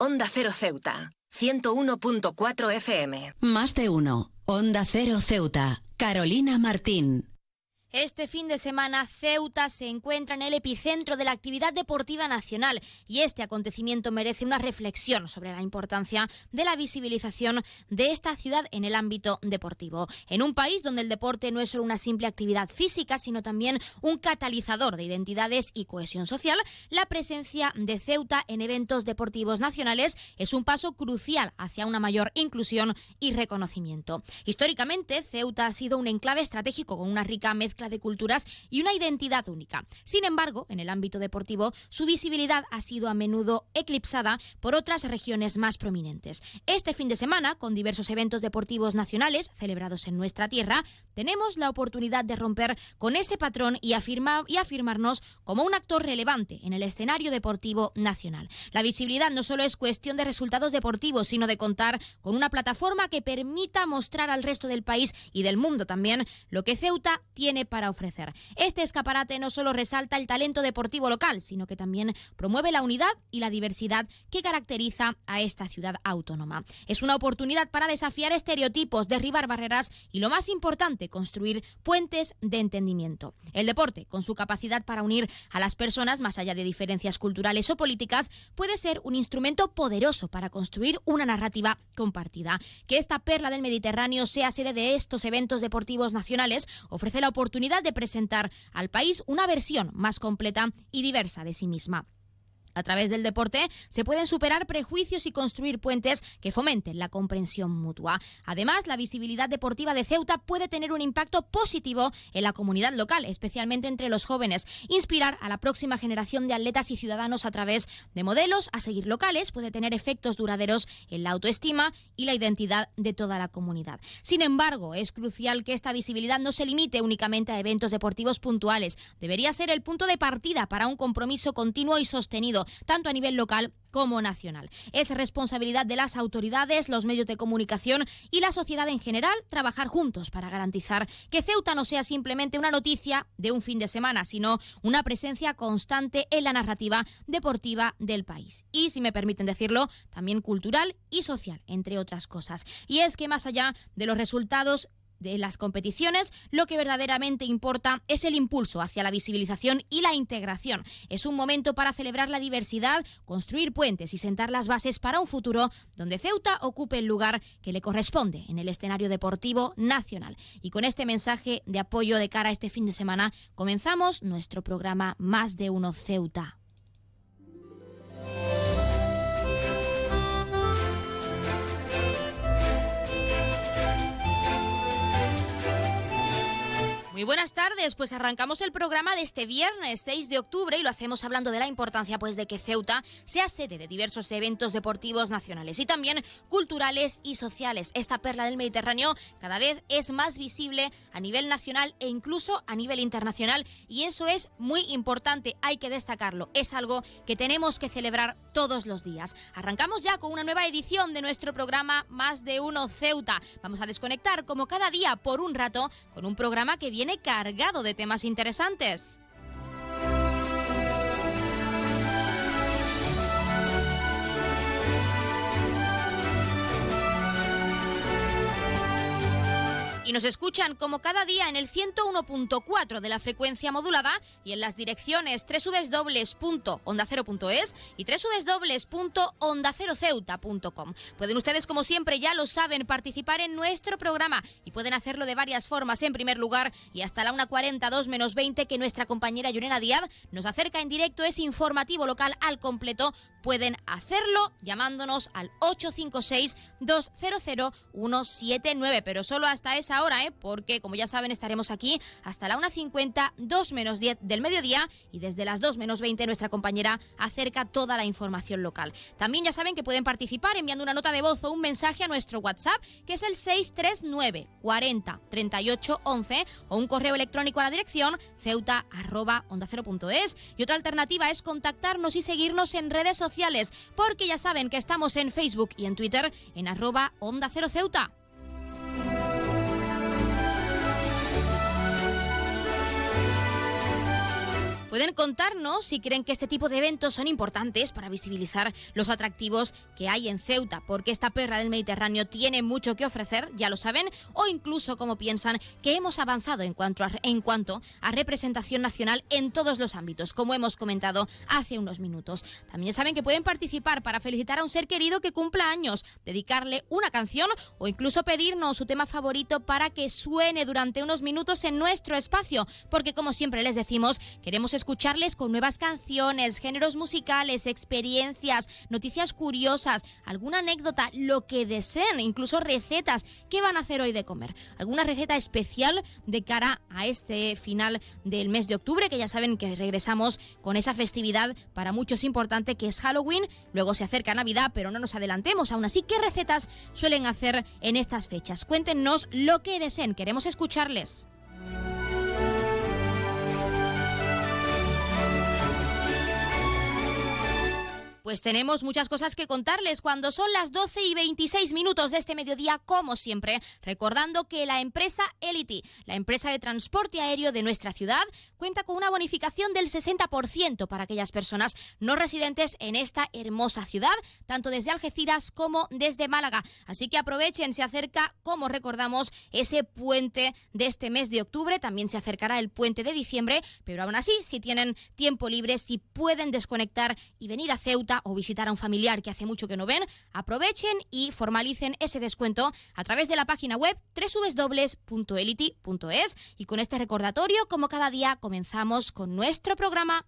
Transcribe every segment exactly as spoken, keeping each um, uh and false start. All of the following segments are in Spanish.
Onda Cero Ceuta, ciento uno punto cuatro F M. Más de uno. Onda Cero Ceuta. Carolina Martín. Este fin de semana, Ceuta se encuentra en el epicentro de la actividad deportiva nacional y este acontecimiento merece una reflexión sobre la importancia de la visibilización de esta ciudad en el ámbito deportivo. En un país donde el deporte no es solo una simple actividad física, sino también un catalizador de identidades y cohesión social, la presencia de Ceuta en eventos deportivos nacionales es un paso crucial hacia una mayor inclusión y reconocimiento. Históricamente, Ceuta ha sido un enclave estratégico con una rica mezcla de culturas y una identidad única. Sin embargo, en el ámbito deportivo, su visibilidad ha sido a menudo eclipsada por otras regiones más prominentes. Este fin de semana, con diversos eventos deportivos nacionales celebrados en nuestra tierra, tenemos la oportunidad de romper con ese patrón y, afirma, y afirmarnos como un actor relevante en el escenario deportivo nacional. La visibilidad no solo es cuestión de resultados deportivos, sino de contar con una plataforma que permita mostrar al resto del país y del mundo también lo que Ceuta tiene para ofrecer. Este escaparate no solo resalta el talento deportivo local, sino que también promueve la unidad y la diversidad que caracteriza a esta ciudad autónoma. Es una oportunidad para desafiar estereotipos, derribar barreras y, lo más importante, construir puentes de entendimiento. El deporte, con su capacidad para unir a las personas más allá de diferencias culturales o políticas, puede ser un instrumento poderoso para construir una narrativa compartida. Que esta perla del Mediterráneo sea sede de estos eventos deportivos nacionales ofrece la oportunidad de presentar al país una versión más completa y diversa de sí misma. A través del deporte se pueden superar prejuicios y construir puentes que fomenten la comprensión mutua. Además, la visibilidad deportiva de Ceuta puede tener un impacto positivo en la comunidad local, especialmente entre los jóvenes. Inspirar a la próxima generación de atletas y ciudadanos a través de modelos a seguir locales puede tener efectos duraderos en la autoestima y la identidad de toda la comunidad. Sin embargo, es crucial que esta visibilidad no se limite únicamente a eventos deportivos puntuales. Debería ser el punto de partida para un compromiso continuo y sostenido, tanto a nivel local como nacional. Es responsabilidad de las autoridades, los medios de comunicación y la sociedad en general trabajar juntos para garantizar que Ceuta no sea simplemente una noticia de un fin de semana, sino una presencia constante en la narrativa deportiva del país. Y, si me permiten decirlo, también cultural y social, entre otras cosas. Y es que más allá de los resultados de las competiciones, lo que verdaderamente importa es el impulso hacia la visibilización y la integración. Es un momento para celebrar la diversidad, construir puentes y sentar las bases para un futuro donde Ceuta ocupe el lugar que le corresponde en el escenario deportivo nacional. Y con este mensaje de apoyo de cara a este fin de semana, comenzamos nuestro programa Más de Uno Ceuta. Muy buenas tardes, pues arrancamos el programa de este viernes seis de octubre y lo hacemos hablando de la importancia pues de que Ceuta sea sede de diversos eventos deportivos nacionales y también culturales y sociales. Esta perla del Mediterráneo cada vez es más visible a nivel nacional e incluso a nivel internacional y eso es muy importante, hay que destacarlo, es algo que tenemos que celebrar todos los días. Arrancamos ya con una nueva edición de nuestro programa Más de Uno Ceuta. Vamos a desconectar como cada día por un rato con un programa que viene cargado de temas interesantes. Y nos escuchan como cada día en el ciento uno punto cuatro de la frecuencia modulada y en las direcciones doble u doble u doble u punto onda cero punto es y doble u doble u doble u punto onda cero ceuta punto com. Pueden ustedes, como siempre, ya lo saben, participar en nuestro programa y pueden hacerlo de varias formas. En primer lugar, y hasta la una cuarenta, dos menos veinte, que nuestra compañera Yorena Díaz nos acerca en directo ese informativo local al completo, pueden hacerlo llamándonos al ocho cinco seis, dos cero cero, uno siete nueve, pero solo hasta esa hora, ¿eh? Porque, como ya saben, estaremos aquí hasta la una cincuenta, dos menos diez del mediodía y desde las dos menos veinte nuestra compañera acerca toda la información local. También ya saben que pueden participar enviando una nota de voz o un mensaje a nuestro WhatsApp, que es el seis tres nueve, cuarenta, treinta y ocho, once, o un correo electrónico a la dirección ceuta arroba onda cero punto es. Y otra alternativa es contactarnos y seguirnos en redes sociales, porque ya saben que estamos en Facebook y en Twitter en arroba onda cero ceuta. Pueden contarnos si creen que este tipo de eventos son importantes para visibilizar los atractivos que hay en Ceuta, porque esta perla del Mediterráneo tiene mucho que ofrecer, ya lo saben, o incluso cómo piensan que hemos avanzado en cuanto a, en cuanto a representación nacional en todos los ámbitos, como hemos comentado hace unos minutos. También saben que pueden participar para felicitar a un ser querido que cumpla años, dedicarle una canción o incluso pedirnos su tema favorito para que suene durante unos minutos en nuestro espacio, porque como siempre les decimos, queremos escucharles con nuevas canciones, géneros musicales, experiencias, noticias curiosas, alguna anécdota, lo que deseen, incluso recetas. ¿Qué van a hacer hoy de comer? ¿Alguna receta especial de cara a este final del mes de octubre? Que ya saben que regresamos con esa festividad para muchos importante que es Halloween. Luego se acerca Navidad, pero no nos adelantemos. Aún así, ¿qué recetas suelen hacer en estas fechas? Cuéntenos lo que deseen. Queremos escucharles. Pues tenemos muchas cosas que contarles cuando son las doce y veintiséis minutos de este mediodía, como siempre, recordando que la empresa Elity, la empresa de transporte aéreo de nuestra ciudad, cuenta con una bonificación del sesenta por ciento para aquellas personas no residentes en esta hermosa ciudad, tanto desde Algeciras como desde Málaga. Así que aprovechen, se acerca, como recordamos, ese puente de este mes de octubre, también se acercará el puente de diciembre, pero aún así, si tienen tiempo libre, si pueden desconectar y venir a Ceuta o visitar a un familiar que hace mucho que no ven, aprovechen y formalicen ese descuento a través de la página web doble u doble u doble u punto elity punto es. Y con este recordatorio, como cada día, comenzamos con nuestro programa.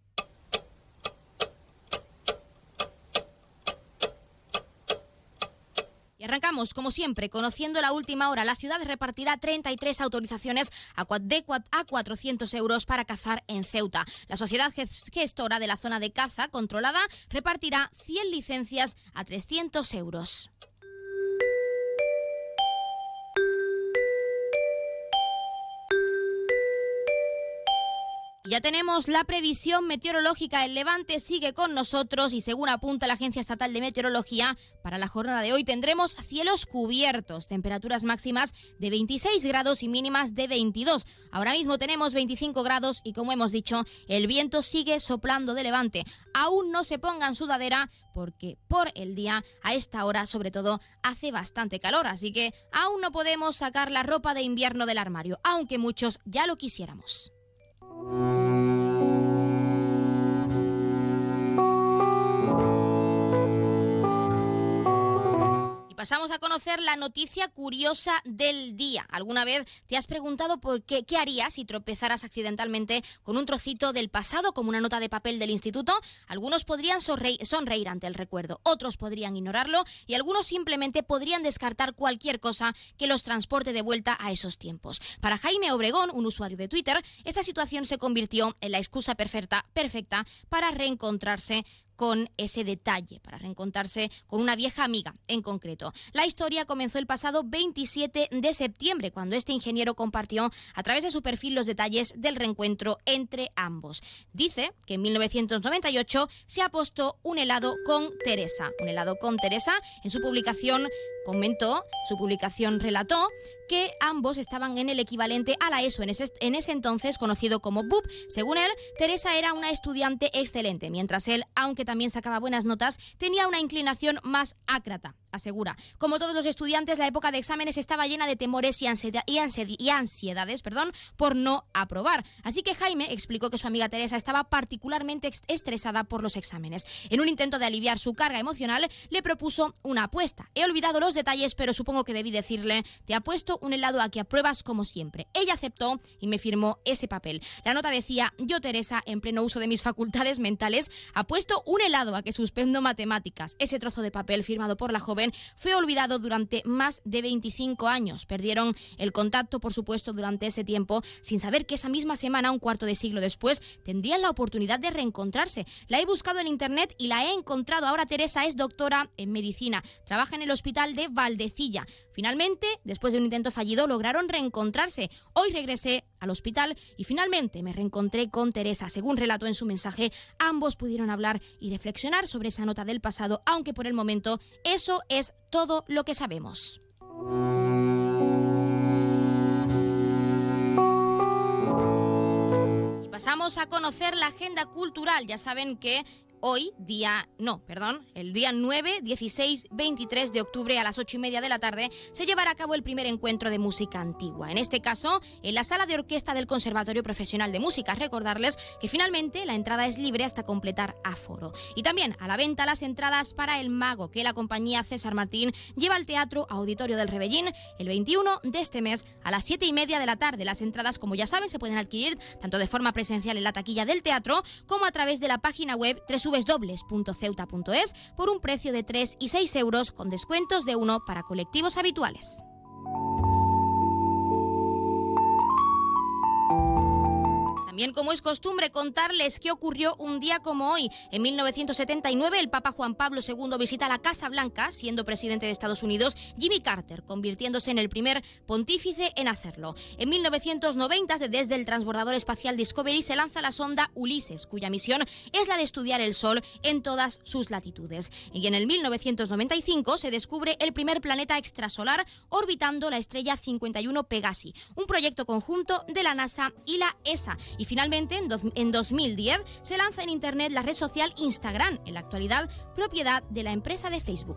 Y arrancamos, como siempre, conociendo la última hora. La ciudad repartirá treinta y tres autorizaciones a cuatrocientos euros para cazar en Ceuta. La sociedad gestora de la zona de caza controlada repartirá cien licencias a trescientos euros. Ya tenemos la previsión meteorológica. El Levante sigue con nosotros y según apunta la Agencia Estatal de Meteorología, para la jornada de hoy tendremos cielos cubiertos, temperaturas máximas de veintiséis grados y mínimas de veintidós. Ahora mismo tenemos veinticinco grados y, como hemos dicho, el viento sigue soplando de levante. Aún no se pongan sudadera porque por el día, a esta hora sobre todo, hace bastante calor, así que aún no podemos sacar la ropa de invierno del armario, aunque muchos ya lo quisiéramos. Pasamos a conocer la noticia curiosa del día. ¿Alguna vez te has preguntado por qué, qué harías si tropezaras accidentalmente con un trocito del pasado, como una nota de papel del instituto? Algunos podrían sonreír, sonreír ante el recuerdo, otros podrían ignorarlo y algunos simplemente podrían descartar cualquier cosa que los transporte de vuelta a esos tiempos. Para Jaime Obregón, un usuario de Twitter, esta situación se convirtió en la excusa perfecta, perfecta para reencontrarse con ese detalle, para reencontrarse con una vieja amiga en concreto. La historia comenzó el pasado veintisiete de septiembre, cuando este ingeniero compartió a través de su perfil los detalles del reencuentro entre ambos. Dice que en mil novecientos noventa y ocho se apostó un helado con Teresa. Un helado con Teresa. En su publicación comentó, su publicación relató que ambos estaban en el equivalente a la ESO en ese, en ese entonces conocido como B U P. Según él, Teresa era una estudiante excelente, mientras él, aunque también sacaba buenas notas, tenía una inclinación más ácrata. Asegura, como todos los estudiantes, la época de exámenes estaba llena de temores y, ansiedad, y, ansiedad, y ansiedades perdón, por no aprobar. Así que Jaime explicó que su amiga Teresa estaba particularmente estresada por los exámenes. En un intento de aliviar su carga emocional, le propuso una apuesta. He olvidado los detalles, pero supongo que debí decirle: te apuesto un helado a que apruebas como siempre. Ella aceptó y me firmó ese papel. La nota decía: yo, Teresa, en pleno uso de mis facultades mentales, apuesto un helado a que suspendo matemáticas. Ese trozo de papel firmado por la joven fue olvidado durante más de veinticinco años. Perdieron el contacto, por supuesto, durante ese tiempo, sin saber que esa misma semana, un cuarto de siglo después, tendrían la oportunidad de reencontrarse. La he buscado en internet y la he encontrado. Ahora Teresa es doctora en medicina, trabaja en el hospital de Valdecilla. Finalmente, después de un intento fallido, lograron reencontrarse. Hoy regresé al hospital y finalmente me reencontré con Teresa. Según relató en su mensaje, ambos pudieron hablar y reflexionar sobre esa nota del pasado, aunque por el momento eso es todo lo que sabemos. Pasamos a conocer la agenda cultural. Ya saben que hoy, día, no, perdón, el día nueve, dieciséis, veintitrés de octubre a las ocho y media de la tarde se llevará a cabo el primer encuentro de música antigua. En este caso, en la sala de orquesta del Conservatorio Profesional de Música. Recordarles que finalmente la entrada es libre hasta completar aforo. Y también a la venta las entradas para El Mago, que la compañía César Martín lleva al Teatro Auditorio del Rebellín el veintiuno de este mes a las siete y media de la tarde. Las entradas, como ya saben, se pueden adquirir tanto de forma presencial en la taquilla del teatro como a través de la página web doble u doble u doble u punto ceuta punto es por un precio de tres y seis euros con descuentos de uno para colectivos habituales. También, como es costumbre, contarles qué ocurrió un día como hoy. En mil novecientos setenta y nueve, el Papa Juan Pablo segundo visita la Casa Blanca, siendo presidente de Estados Unidos Jimmy Carter, convirtiéndose en el primer pontífice en hacerlo. En mil novecientos noventa, desde el transbordador espacial Discovery, se lanza la sonda Ulises, cuya misión es la de estudiar el Sol en todas sus latitudes. Y en el mil novecientos noventa y cinco se descubre el primer planeta extrasolar orbitando la estrella cincuenta y uno Pegasi, un proyecto conjunto de la NASA y la E S A. Y finalmente, en, do- en dos mil diez, se lanza en Internet la red social Instagram, en la actualidad propiedad de la empresa de Facebook.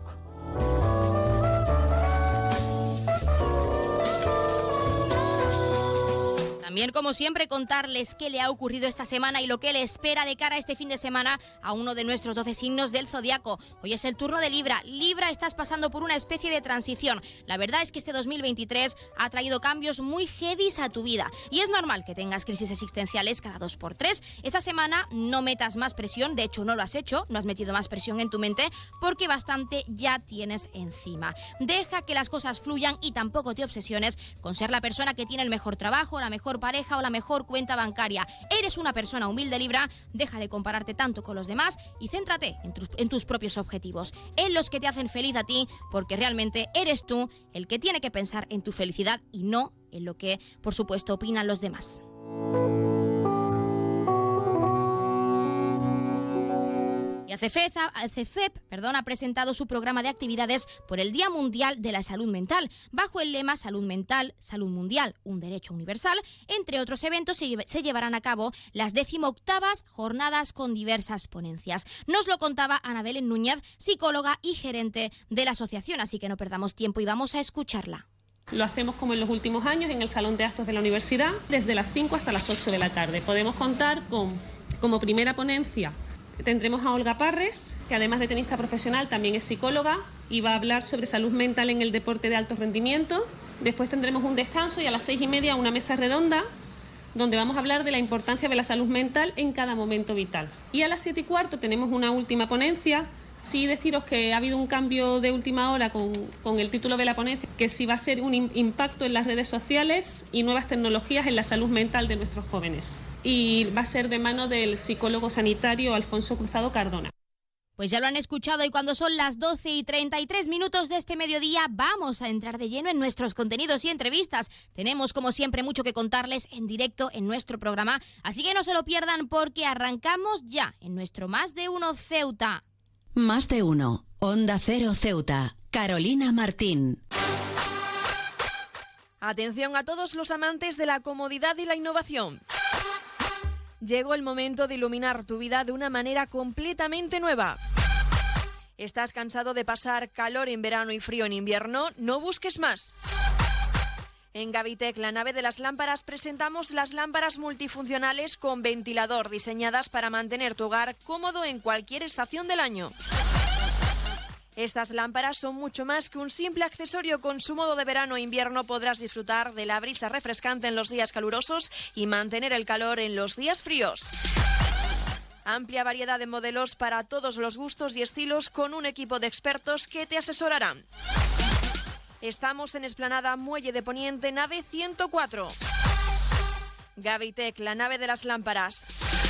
También, como siempre, contarles qué le ha ocurrido esta semana y lo que le espera de cara a este fin de semana a uno de nuestros doce signos del zodiaco. Hoy es el turno de Libra. Libra, estás pasando por una especie de transición. La verdad es que este dos mil veintitrés ha traído cambios muy heavies a tu vida y es normal que tengas crisis existenciales cada dos por tres. Esta semana no metas más presión, de hecho no lo has hecho, no has metido más presión en tu mente porque bastante ya tienes encima. Deja que las cosas fluyan y tampoco te obsesiones con ser la persona que tiene el mejor trabajo, la mejor pareja o la mejor cuenta bancaria. Eres una persona humilde, Libra, deja de compararte tanto con los demás y céntrate en, tu, en tus propios objetivos, en los que te hacen feliz a ti, porque realmente eres tú el que tiene que pensar en tu felicidad y no en lo que, por supuesto, opinan los demás. Y A C F E P perdón, ha presentado su programa de actividades por el Día Mundial de la Salud Mental, bajo el lema Salud Mental, Salud Mundial, un derecho universal. Entre otros eventos se, se llevarán a cabo las decimoctavas jornadas con diversas ponencias. Nos lo contaba Ana Belén Núñez, psicóloga y gerente de la asociación, así que no perdamos tiempo y vamos a escucharla. Lo hacemos como en los últimos años en el Salón de Actos de la Universidad, desde las cinco hasta las ocho de la tarde. Podemos contar con, como primera ponencia, tendremos a Olga Parres, que además de tenista profesional también es psicóloga y va a hablar sobre salud mental en el deporte de alto rendimiento. Después tendremos un descanso y a las seis y media una mesa redonda donde vamos a hablar de la importancia de la salud mental en cada momento vital. Y a las siete y cuarto tenemos una última ponencia. Sí deciros que ha habido un cambio de última hora con, con el título de la ponencia, que sí va a ser un impacto en las redes sociales y nuevas tecnologías en la salud mental de nuestros jóvenes. Y va a ser de mano del psicólogo sanitario Alfonso Cruzado Cardona. Pues ya lo han escuchado y cuando son las doce y treinta y tres minutos de este mediodía vamos a entrar de lleno en nuestros contenidos y entrevistas. Tenemos como siempre mucho que contarles en directo en nuestro programa, así que no se lo pierdan porque arrancamos ya en nuestro Más de Uno Ceuta. Más de Uno, Onda Cero Ceuta, Carolina Martín. Atención a todos los amantes de la comodidad y la innovación. Llegó el momento de iluminar tu vida de una manera completamente nueva. ¿Estás cansado de pasar calor en verano y frío en invierno? No busques más. En Gavitec, la nave de las lámparas, presentamos las lámparas multifuncionales con ventilador, diseñadas para mantener tu hogar cómodo en cualquier estación del año. Estas lámparas son mucho más que un simple accesorio. Con su modo de verano e invierno podrás disfrutar de la brisa refrescante en los días calurosos y mantener el calor en los días fríos. Amplia variedad de modelos para todos los gustos y estilos con un equipo de expertos que te asesorarán. Estamos en Explanada Muelle de Poniente, nave ciento cuatro. Gavitec, la nave de las lámparas.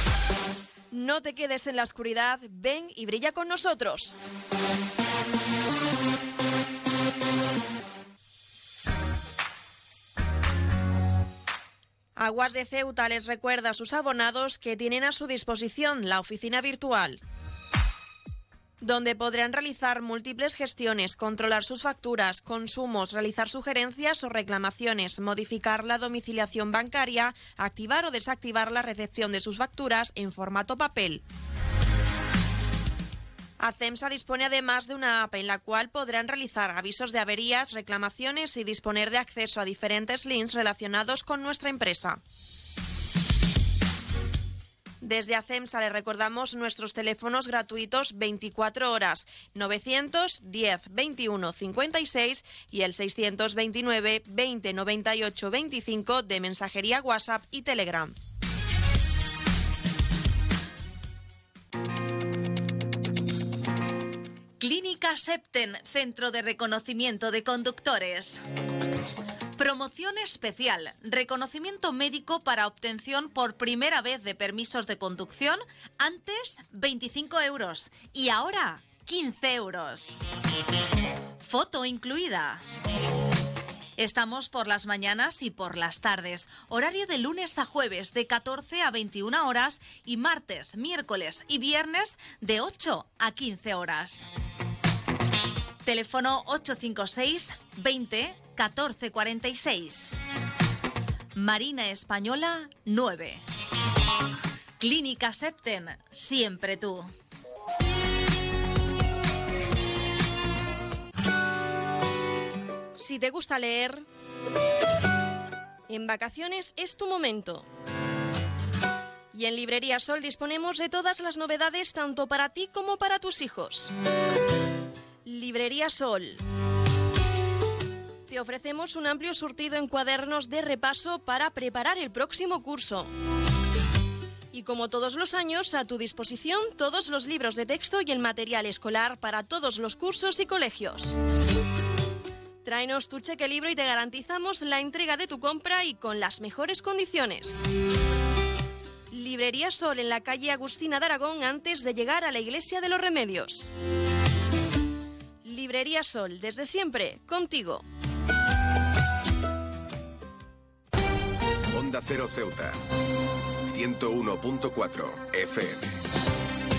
No te quedes en la oscuridad, ven y brilla con nosotros. Aguas de Ceuta les recuerda a sus abonados que tienen a su disposición la oficina virtual. donde podrán realizar múltiples gestiones, controlar sus facturas, consumos, realizar sugerencias o reclamaciones, modificar la domiciliación bancaria, activar o desactivar la recepción de sus facturas en formato papel. ACEMSA dispone además de una app en la cual podrán realizar avisos de averías, reclamaciones y disponer de acceso a diferentes links relacionados con nuestra empresa. Desde ACEMSA le recordamos nuestros teléfonos gratuitos veinticuatro horas, novecientos diez veintiuno cincuenta y seis y el seiscientos veintinueve veinte noventa y ocho veinticinco de mensajería WhatsApp y Telegram. Clínica Septen, Centro de Reconocimiento de Conductores. Promoción especial, reconocimiento médico para obtención por primera vez de permisos de conducción, antes veinticinco euros y ahora quince euros. Foto incluida. Estamos por las mañanas y por las tardes, horario de lunes a jueves de catorce a veintiuna horas y martes, miércoles y viernes de ocho a quince horas. Teléfono ocho cinco seis veinte catorce cuarenta y seis. Marina Española nueve. Clínica Septen, siempre tú. Si te gusta leer, en vacaciones es tu momento. Y en Librería Sol disponemos de todas las novedades tanto para ti como para tus hijos. Librería Sol. Te ofrecemos un amplio surtido en cuadernos de repaso para preparar el próximo curso. Y como todos los años, a tu disposición todos los libros de texto y el material escolar para todos los cursos y colegios. Tráenos tu cheque libro y te garantizamos la entrega de tu compra y con las mejores condiciones. Librería Sol en la calle Agustina de Aragón antes de llegar a la Iglesia de los Remedios. Librería Sol, desde siempre, contigo. Onda Cero Ceuta, ciento uno punto cuatro F M.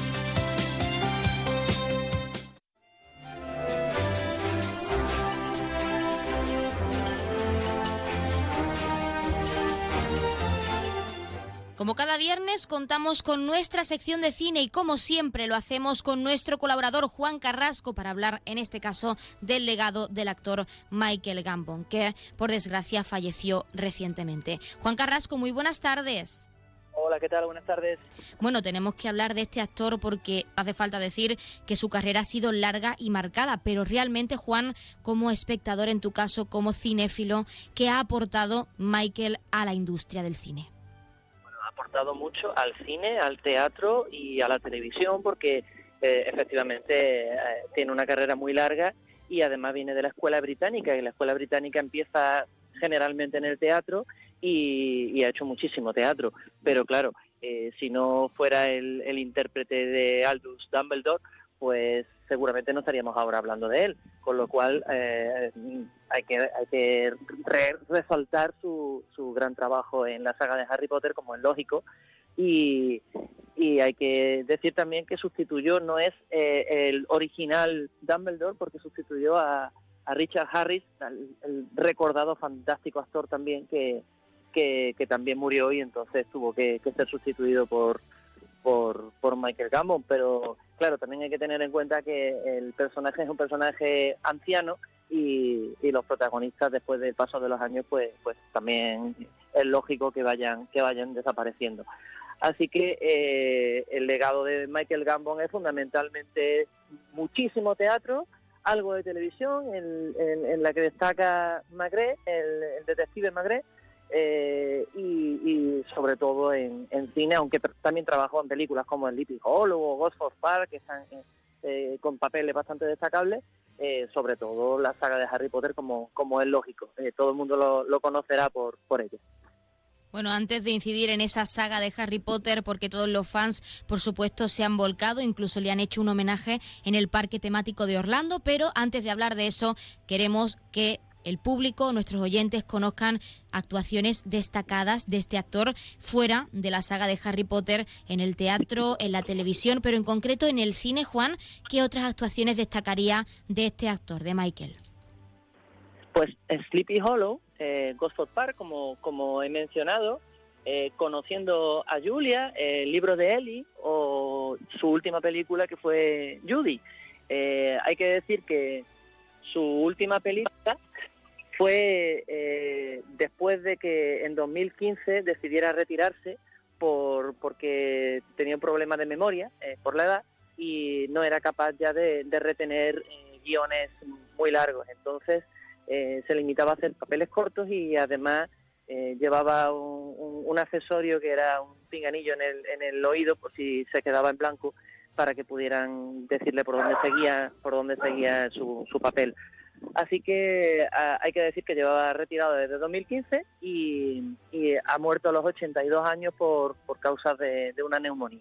Como cada viernes contamos con nuestra sección de cine y como siempre lo hacemos con nuestro colaborador Juan Carrasco para hablar en este caso del legado del actor Michael Gambon, que por desgracia falleció recientemente. Juan Carrasco, muy buenas tardes. Hola, ¿qué tal? Buenas tardes. Bueno, tenemos que hablar de este actor porque hace falta decir que su carrera ha sido larga y marcada, pero realmente, Juan, como espectador en tu caso, como cinéfilo, ¿qué ha aportado Michael a la industria del cine? Ha aportado mucho al cine, al teatro y a la televisión porque eh, efectivamente eh, tiene una carrera muy larga y además viene de la escuela británica y la escuela británica empieza generalmente en el teatro y, y ha hecho muchísimo teatro, pero claro, eh, si no fuera el, el intérprete de Albus Dumbledore, pues seguramente no estaríamos ahora hablando de él, con lo cual eh, hay que hay que re- resaltar su, su gran trabajo en la saga de Harry Potter, como es lógico, y, y hay que decir también que sustituyó, no es eh, el original Dumbledore, porque sustituyó a, a Richard Harris, el, el recordado fantástico actor también, que, que, que también murió y entonces tuvo que, que ser sustituido por Por, por Michael Gambon, pero claro, también hay que tener en cuenta que el personaje es un personaje anciano y, y los protagonistas después del paso de los años pues pues también es lógico que vayan que vayan desapareciendo. Así que eh, el legado de Michael Gambon es fundamentalmente muchísimo teatro, algo de televisión en, en, en la que destaca Maigret, el, el detective Maigret, Eh, y, y sobre todo en, en cine, aunque t- también trabajó en películas como El Sleepy Hollow o Gosford Park, que están eh, con papeles bastante destacables, eh, sobre todo la saga de Harry Potter, como, como es lógico, eh, todo el mundo lo, lo conocerá por, por ello. Bueno, antes de incidir en esa saga de Harry Potter, porque todos los fans, por supuesto, se han volcado, incluso le han hecho un homenaje en el parque temático de Orlando, pero antes de hablar de eso, queremos que el público, nuestros oyentes, conozcan actuaciones destacadas de este actor fuera de la saga de Harry Potter, en el teatro, en la televisión, pero en concreto en el cine. Juan, ¿qué otras actuaciones destacaría de este actor, de Michael? Pues en Sleepy Hollow, eh, Gosford Park, como, como he mencionado, eh, Conociendo a Julia, eh, el libro de Ellie, o su última película que fue Judy. Eh, hay que decir que su última película fue eh, después de que en dos mil quince decidiera retirarse por porque tenía un problema de memoria eh, por la edad y no era capaz ya de, de retener eh, guiones muy largos. Entonces eh, se limitaba a hacer papeles cortos y además eh, llevaba un, un, un accesorio que era un pinganillo en el, en el oído por si se quedaba en blanco, para que pudieran decirle por dónde seguía por dónde seguía su, su papel. Así que a, hay que decir que llevaba retirado desde dos mil quince y, y ha muerto a los ochenta y dos años por, por causa de, de una neumonía.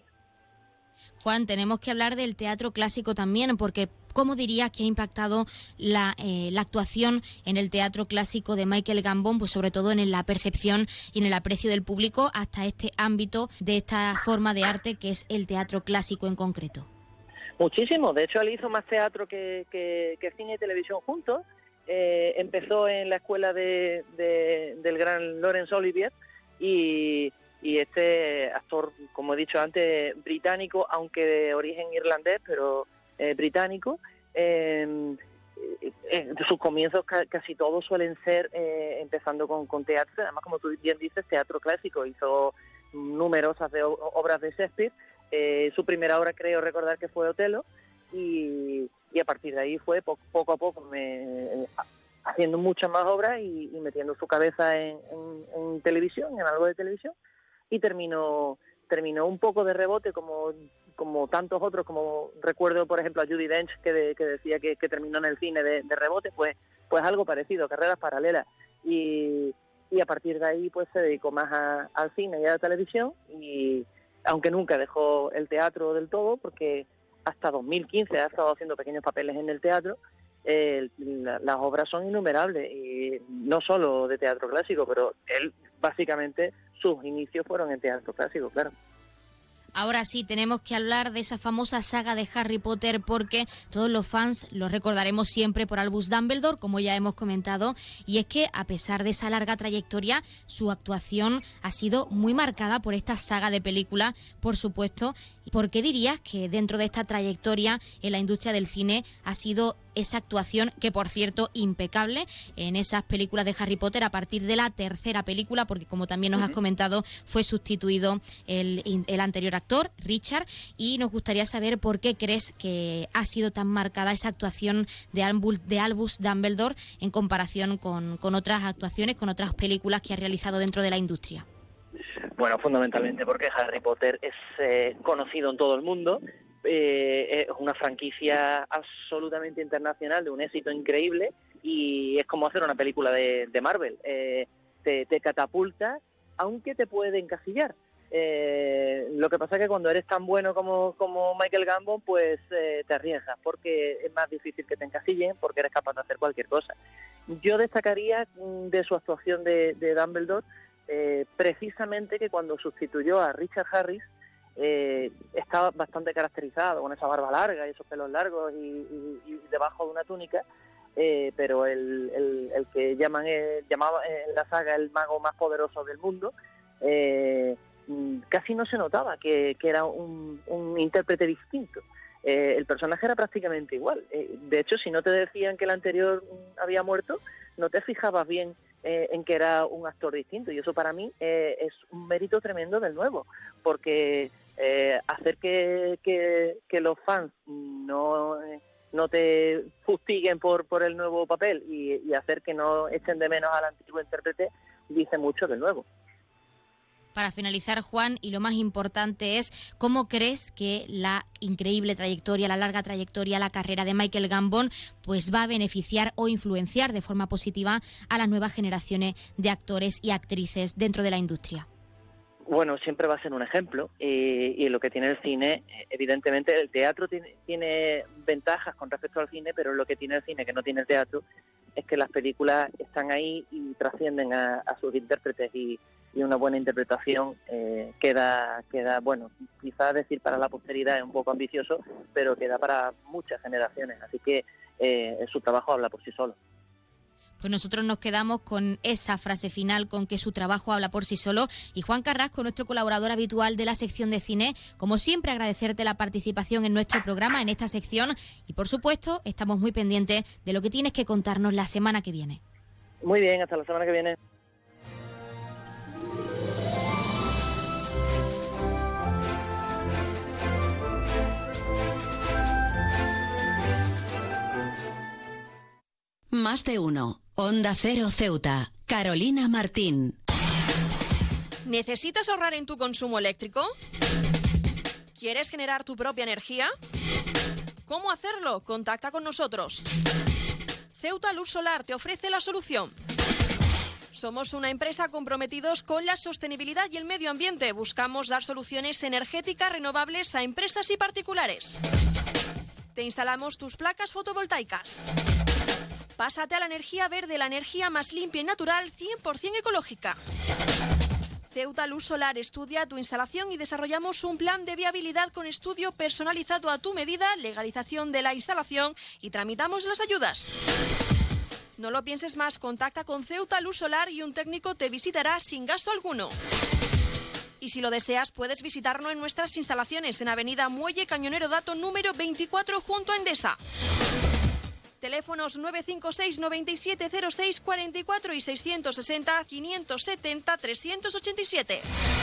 Juan, tenemos que hablar del teatro clásico también, porque ¿cómo dirías que ha impactado la, eh, la actuación en el teatro clásico de Michael Gambon, pues sobre todo en la percepción y en el aprecio del público hasta este ámbito de esta forma de arte que es el teatro clásico en concreto? Muchísimo. De hecho, él hizo más teatro que, que, que cine y televisión juntos. Eh, empezó en la escuela de, de, del gran Laurence Olivier y... Y este actor, como he dicho antes, británico, aunque de origen irlandés, pero eh, británico, eh, eh, sus comienzos ca- casi todos suelen ser eh, empezando con, con teatro. Además, como tú bien dices, teatro clásico. Hizo numerosas de o- obras de Shakespeare. Eh, su primera obra, creo recordar que fue Otelo, y, y a partir de ahí fue po- poco a poco me, haciendo muchas más obras y, y metiendo su cabeza en, en, en televisión, en algo de televisión. Y terminó terminó un poco de rebote como como tantos otros, como recuerdo por ejemplo a Judi Dench que, de, que decía que, que terminó en el cine de, de rebote, pues pues algo parecido, carreras paralelas, y, y a partir de ahí pues se dedicó más a, al cine y a la televisión, y aunque nunca dejó el teatro del todo, porque hasta dos mil quince ha estado haciendo pequeños papeles en el teatro. Eh, la, las obras son innumerables, y no solo de teatro clásico, pero él básicamente sus inicios fueron en teatro clásico, claro. Ahora sí, tenemos que hablar de esa famosa saga de Harry Potter, porque todos los fans lo recordaremos siempre por Albus Dumbledore, como ya hemos comentado, y es que a pesar de esa larga trayectoria, su actuación ha sido muy marcada por esta saga de películas, por supuesto. ¿Por qué dirías que dentro de esta trayectoria en la industria del cine ha sido esa actuación, que por cierto, impecable en esas películas de Harry Potter a partir de la tercera película, porque como también nos uh-huh. has comentado, fue sustituido el, el anterior actor, Richard, y nos gustaría saber por qué crees que ha sido tan marcada esa actuación de Albus, de Albus Dumbledore en comparación con, con otras actuaciones, con otras películas que ha realizado dentro de la industria. Bueno, fundamentalmente porque Harry Potter es eh, conocido en todo el mundo, eh, es una franquicia absolutamente internacional, de un éxito increíble, y es como hacer una película de, de Marvel. Eh, te, te catapulta, aunque te puede encasillar. Eh, lo que pasa es que cuando eres tan bueno como, como Michael Gambon, pues eh, te arriesgas, porque es más difícil que te encasillen, porque eres capaz de hacer cualquier cosa. Yo destacaría de su actuación de, de Dumbledore, Eh, precisamente que cuando sustituyó a Richard Harris eh, estaba bastante caracterizado con esa barba larga y esos pelos largos y, y, y debajo de una túnica, eh, pero el, el, el que llaman eh, llamaba en la saga el mago más poderoso del mundo, eh, casi no se notaba que, que era un, un intérprete distinto. Eh, el personaje era prácticamente igual. Eh, de hecho, si no te decían que el anterior había muerto, no te fijabas bien Eh, en que era un actor distinto, y eso para mí eh, es un mérito tremendo del nuevo, porque eh, hacer que, que, que los fans no, no te fustiguen por, por el nuevo papel y, y hacer que no echen de menos al antiguo intérprete dice mucho del nuevo. Para finalizar, Juan, y lo más importante es, ¿cómo crees que la increíble trayectoria, la larga trayectoria, la carrera de Michael Gambon, pues va a beneficiar o influenciar de forma positiva a las nuevas generaciones de actores y actrices dentro de la industria? Bueno, siempre va a ser un ejemplo, y, y lo que tiene el cine, evidentemente el teatro tiene, tiene ventajas con respecto al cine, pero lo que tiene el cine que no tiene el teatro es que las películas están ahí y trascienden a, a sus intérpretes y, y una buena interpretación eh, queda, queda, bueno, quizás decir para la posteridad es un poco ambicioso, pero queda para muchas generaciones, así que eh, su trabajo habla por sí solo. Pues nosotros nos quedamos con esa frase final, con que su trabajo habla por sí solo. Y Juan Carrasco, nuestro colaborador habitual de la sección de cine, como siempre agradecerte la participación en nuestro programa, en esta sección. Y por supuesto, estamos muy pendientes de lo que tienes que contarnos la semana que viene. Muy bien, hasta la semana que viene. Más de uno. Onda Cero Ceuta. Carolina Martín. ¿Necesitas ahorrar en tu consumo eléctrico? ¿Quieres generar tu propia energía? ¿Cómo hacerlo? Contacta con nosotros. Ceuta Luz Solar te ofrece la solución. Somos una empresa comprometidos con la sostenibilidad y el medio ambiente. Buscamos dar soluciones energéticas renovables a empresas y particulares. Te instalamos tus placas fotovoltaicas. Pásate a la energía verde, la energía más limpia y natural, cien por ciento ecológica. Ceuta Luz Solar estudia tu instalación y desarrollamos un plan de viabilidad con estudio personalizado a tu medida, legalización de la instalación y tramitamos las ayudas. No lo pienses más, contacta con Ceuta Luz Solar y un técnico te visitará sin gasto alguno. Y si lo deseas, puedes visitarnos en nuestras instalaciones en Avenida Muelle Cañonero Dato número veinticuatro junto a Endesa. Teléfonos nueve cinco seis, noventa y siete, cero seis, cuarenta y cuatro y seiscientos sesenta, quinientos setenta, trescientos ochenta y siete.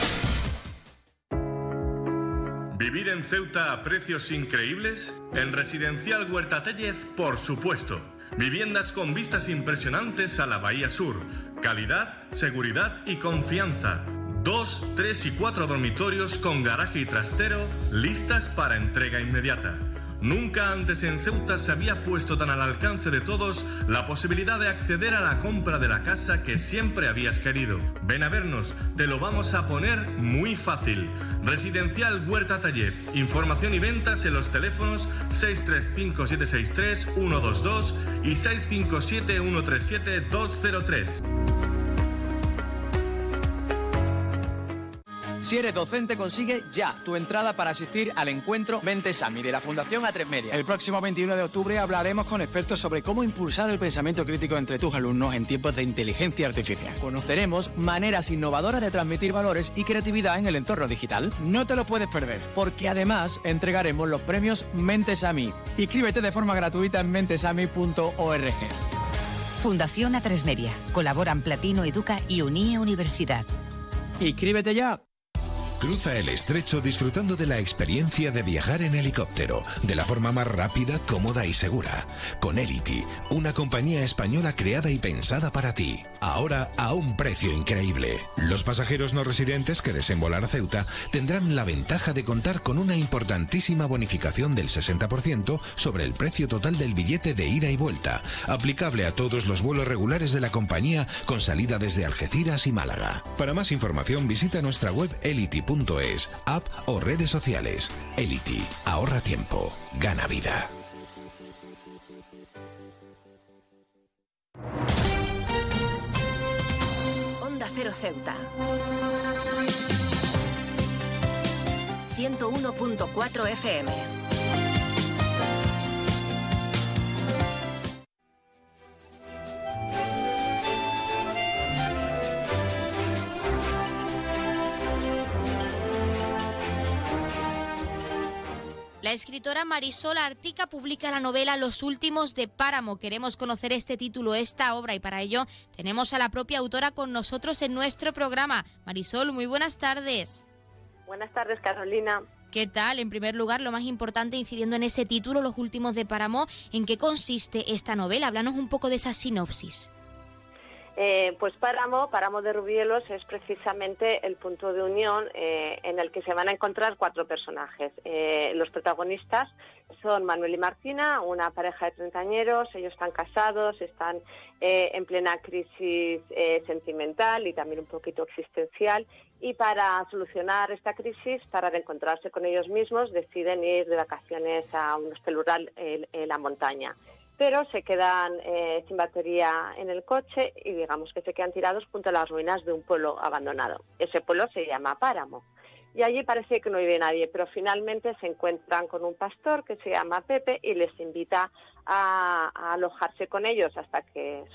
¿Vivir en Ceuta a precios increíbles? En Residencial Huerta Tellez, por supuesto. Viviendas con vistas impresionantes a la Bahía Sur. Calidad, seguridad y confianza. Dos, tres y cuatro dormitorios con garaje y trastero listas para entrega inmediata. Nunca antes en Ceuta se había puesto tan al alcance de todos la posibilidad de acceder a la compra de la casa que siempre habías querido. Ven a vernos, te lo vamos a poner muy fácil. Residencial Huerta Tellez. Información y ventas en los teléfonos seis tres cinco, siete seis tres, uno dos dos y seis cinco siete, uno tres siete, dos cero tres. Si eres docente, consigue ya tu entrada para asistir al encuentro Mentesami de la Fundación A tres Media. El próximo veintiuno de octubre hablaremos con expertos sobre cómo impulsar el pensamiento crítico entre tus alumnos en tiempos de inteligencia artificial. Conoceremos maneras innovadoras de transmitir valores y creatividad en el entorno digital. No te lo puedes perder, porque además entregaremos los premios Mentesami. Inscríbete de forma gratuita en mentesami punto org. Fundación A tres Media. Colaboran Platino Educa y Unie Universidad. ¡Inscríbete ya! Cruza el estrecho disfrutando de la experiencia de viajar en helicóptero, de la forma más rápida, cómoda y segura. Con Elity, una compañía española creada y pensada para ti. Ahora a un precio increíble. Los pasajeros no residentes que deseen volar a Ceuta tendrán la ventaja de contar con una importantísima bonificación del sesenta por ciento sobre el precio total del billete de ida y vuelta, aplicable a todos los vuelos regulares de la compañía con salida desde Algeciras y Málaga. Para más información visita nuestra web elity punto es, app o redes sociales. Elity, ahorra tiempo, gana vida. Onda Cero Ceuta. ciento uno punto cuatro F M. La escritora Marisol Artica publica la novela Los últimos de Páramo. Queremos conocer este título, esta obra, y para ello tenemos a la propia autora con nosotros en nuestro programa. Marisol, muy buenas tardes. Buenas tardes, Carolina. ¿Qué tal? En primer lugar, lo más importante, incidiendo en ese título, Los últimos de Páramo, ¿en qué consiste esta novela? Háblanos un poco de esa sinopsis. Eh, pues Páramo, Páramo de Rubielos es precisamente el punto de unión eh, en el que se van a encontrar cuatro personajes. Eh, los protagonistas son Manuel y Martina, una pareja de treintañeros. Ellos están casados, están eh, en plena crisis eh, sentimental y también un poquito existencial, y para solucionar esta crisis, para reencontrarse con ellos mismos, deciden ir de vacaciones a un hostel rural en, en la montaña. pero se quedan eh, sin batería en el coche y digamos que se quedan tirados junto a las ruinas de un pueblo abandonado. Ese pueblo se llama Páramo. Y allí parece que no vive nadie, pero finalmente se encuentran con un pastor que se llama Pepe y les invita a, a alojarse con ellos hasta que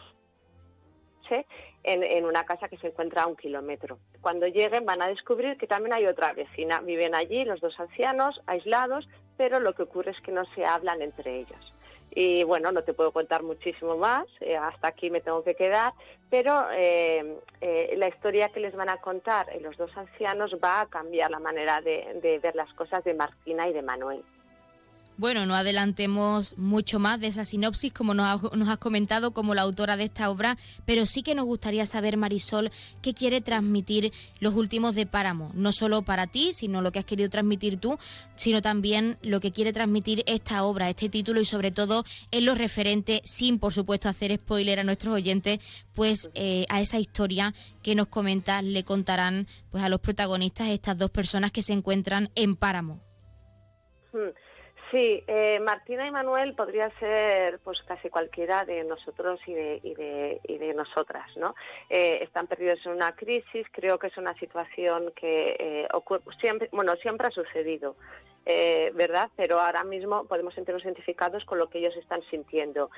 en, en una casa que se encuentra a un kilómetro. Cuando lleguen van a descubrir que también hay otra vecina. Viven allí los dos ancianos, aislados, pero lo que ocurre es que no se hablan entre ellos. Y bueno, no te puedo contar muchísimo más, eh, hasta aquí me tengo que quedar, pero eh, eh, la historia que les van a contar eh, los dos ancianos va a cambiar la manera de, de ver las cosas de Martina y de Manuel. Bueno, no adelantemos mucho más de esa sinopsis, como nos, ha, nos has comentado como la autora de esta obra, pero sí que nos gustaría saber, Marisol, qué quiere transmitir Los últimos de Páramo, no solo para ti, sino lo que has querido transmitir tú, sino también lo que quiere transmitir esta obra, este título y sobre todo en lo referente, sin por supuesto hacer spoiler a nuestros oyentes, pues eh, a esa historia que nos comentas, le contarán pues a los protagonistas estas dos personas que se encuentran en Páramo. Hmm. Sí, eh, Martina y Manuel podría ser pues casi cualquiera de nosotros y de, y de, y de nosotras, ¿no? Eh, están perdidos en una crisis, creo que es una situación que eh, ocurre, siempre, bueno, siempre ha sucedido, eh, ¿verdad? Pero ahora mismo podemos sentirnos identificados con lo que ellos están sintiendo.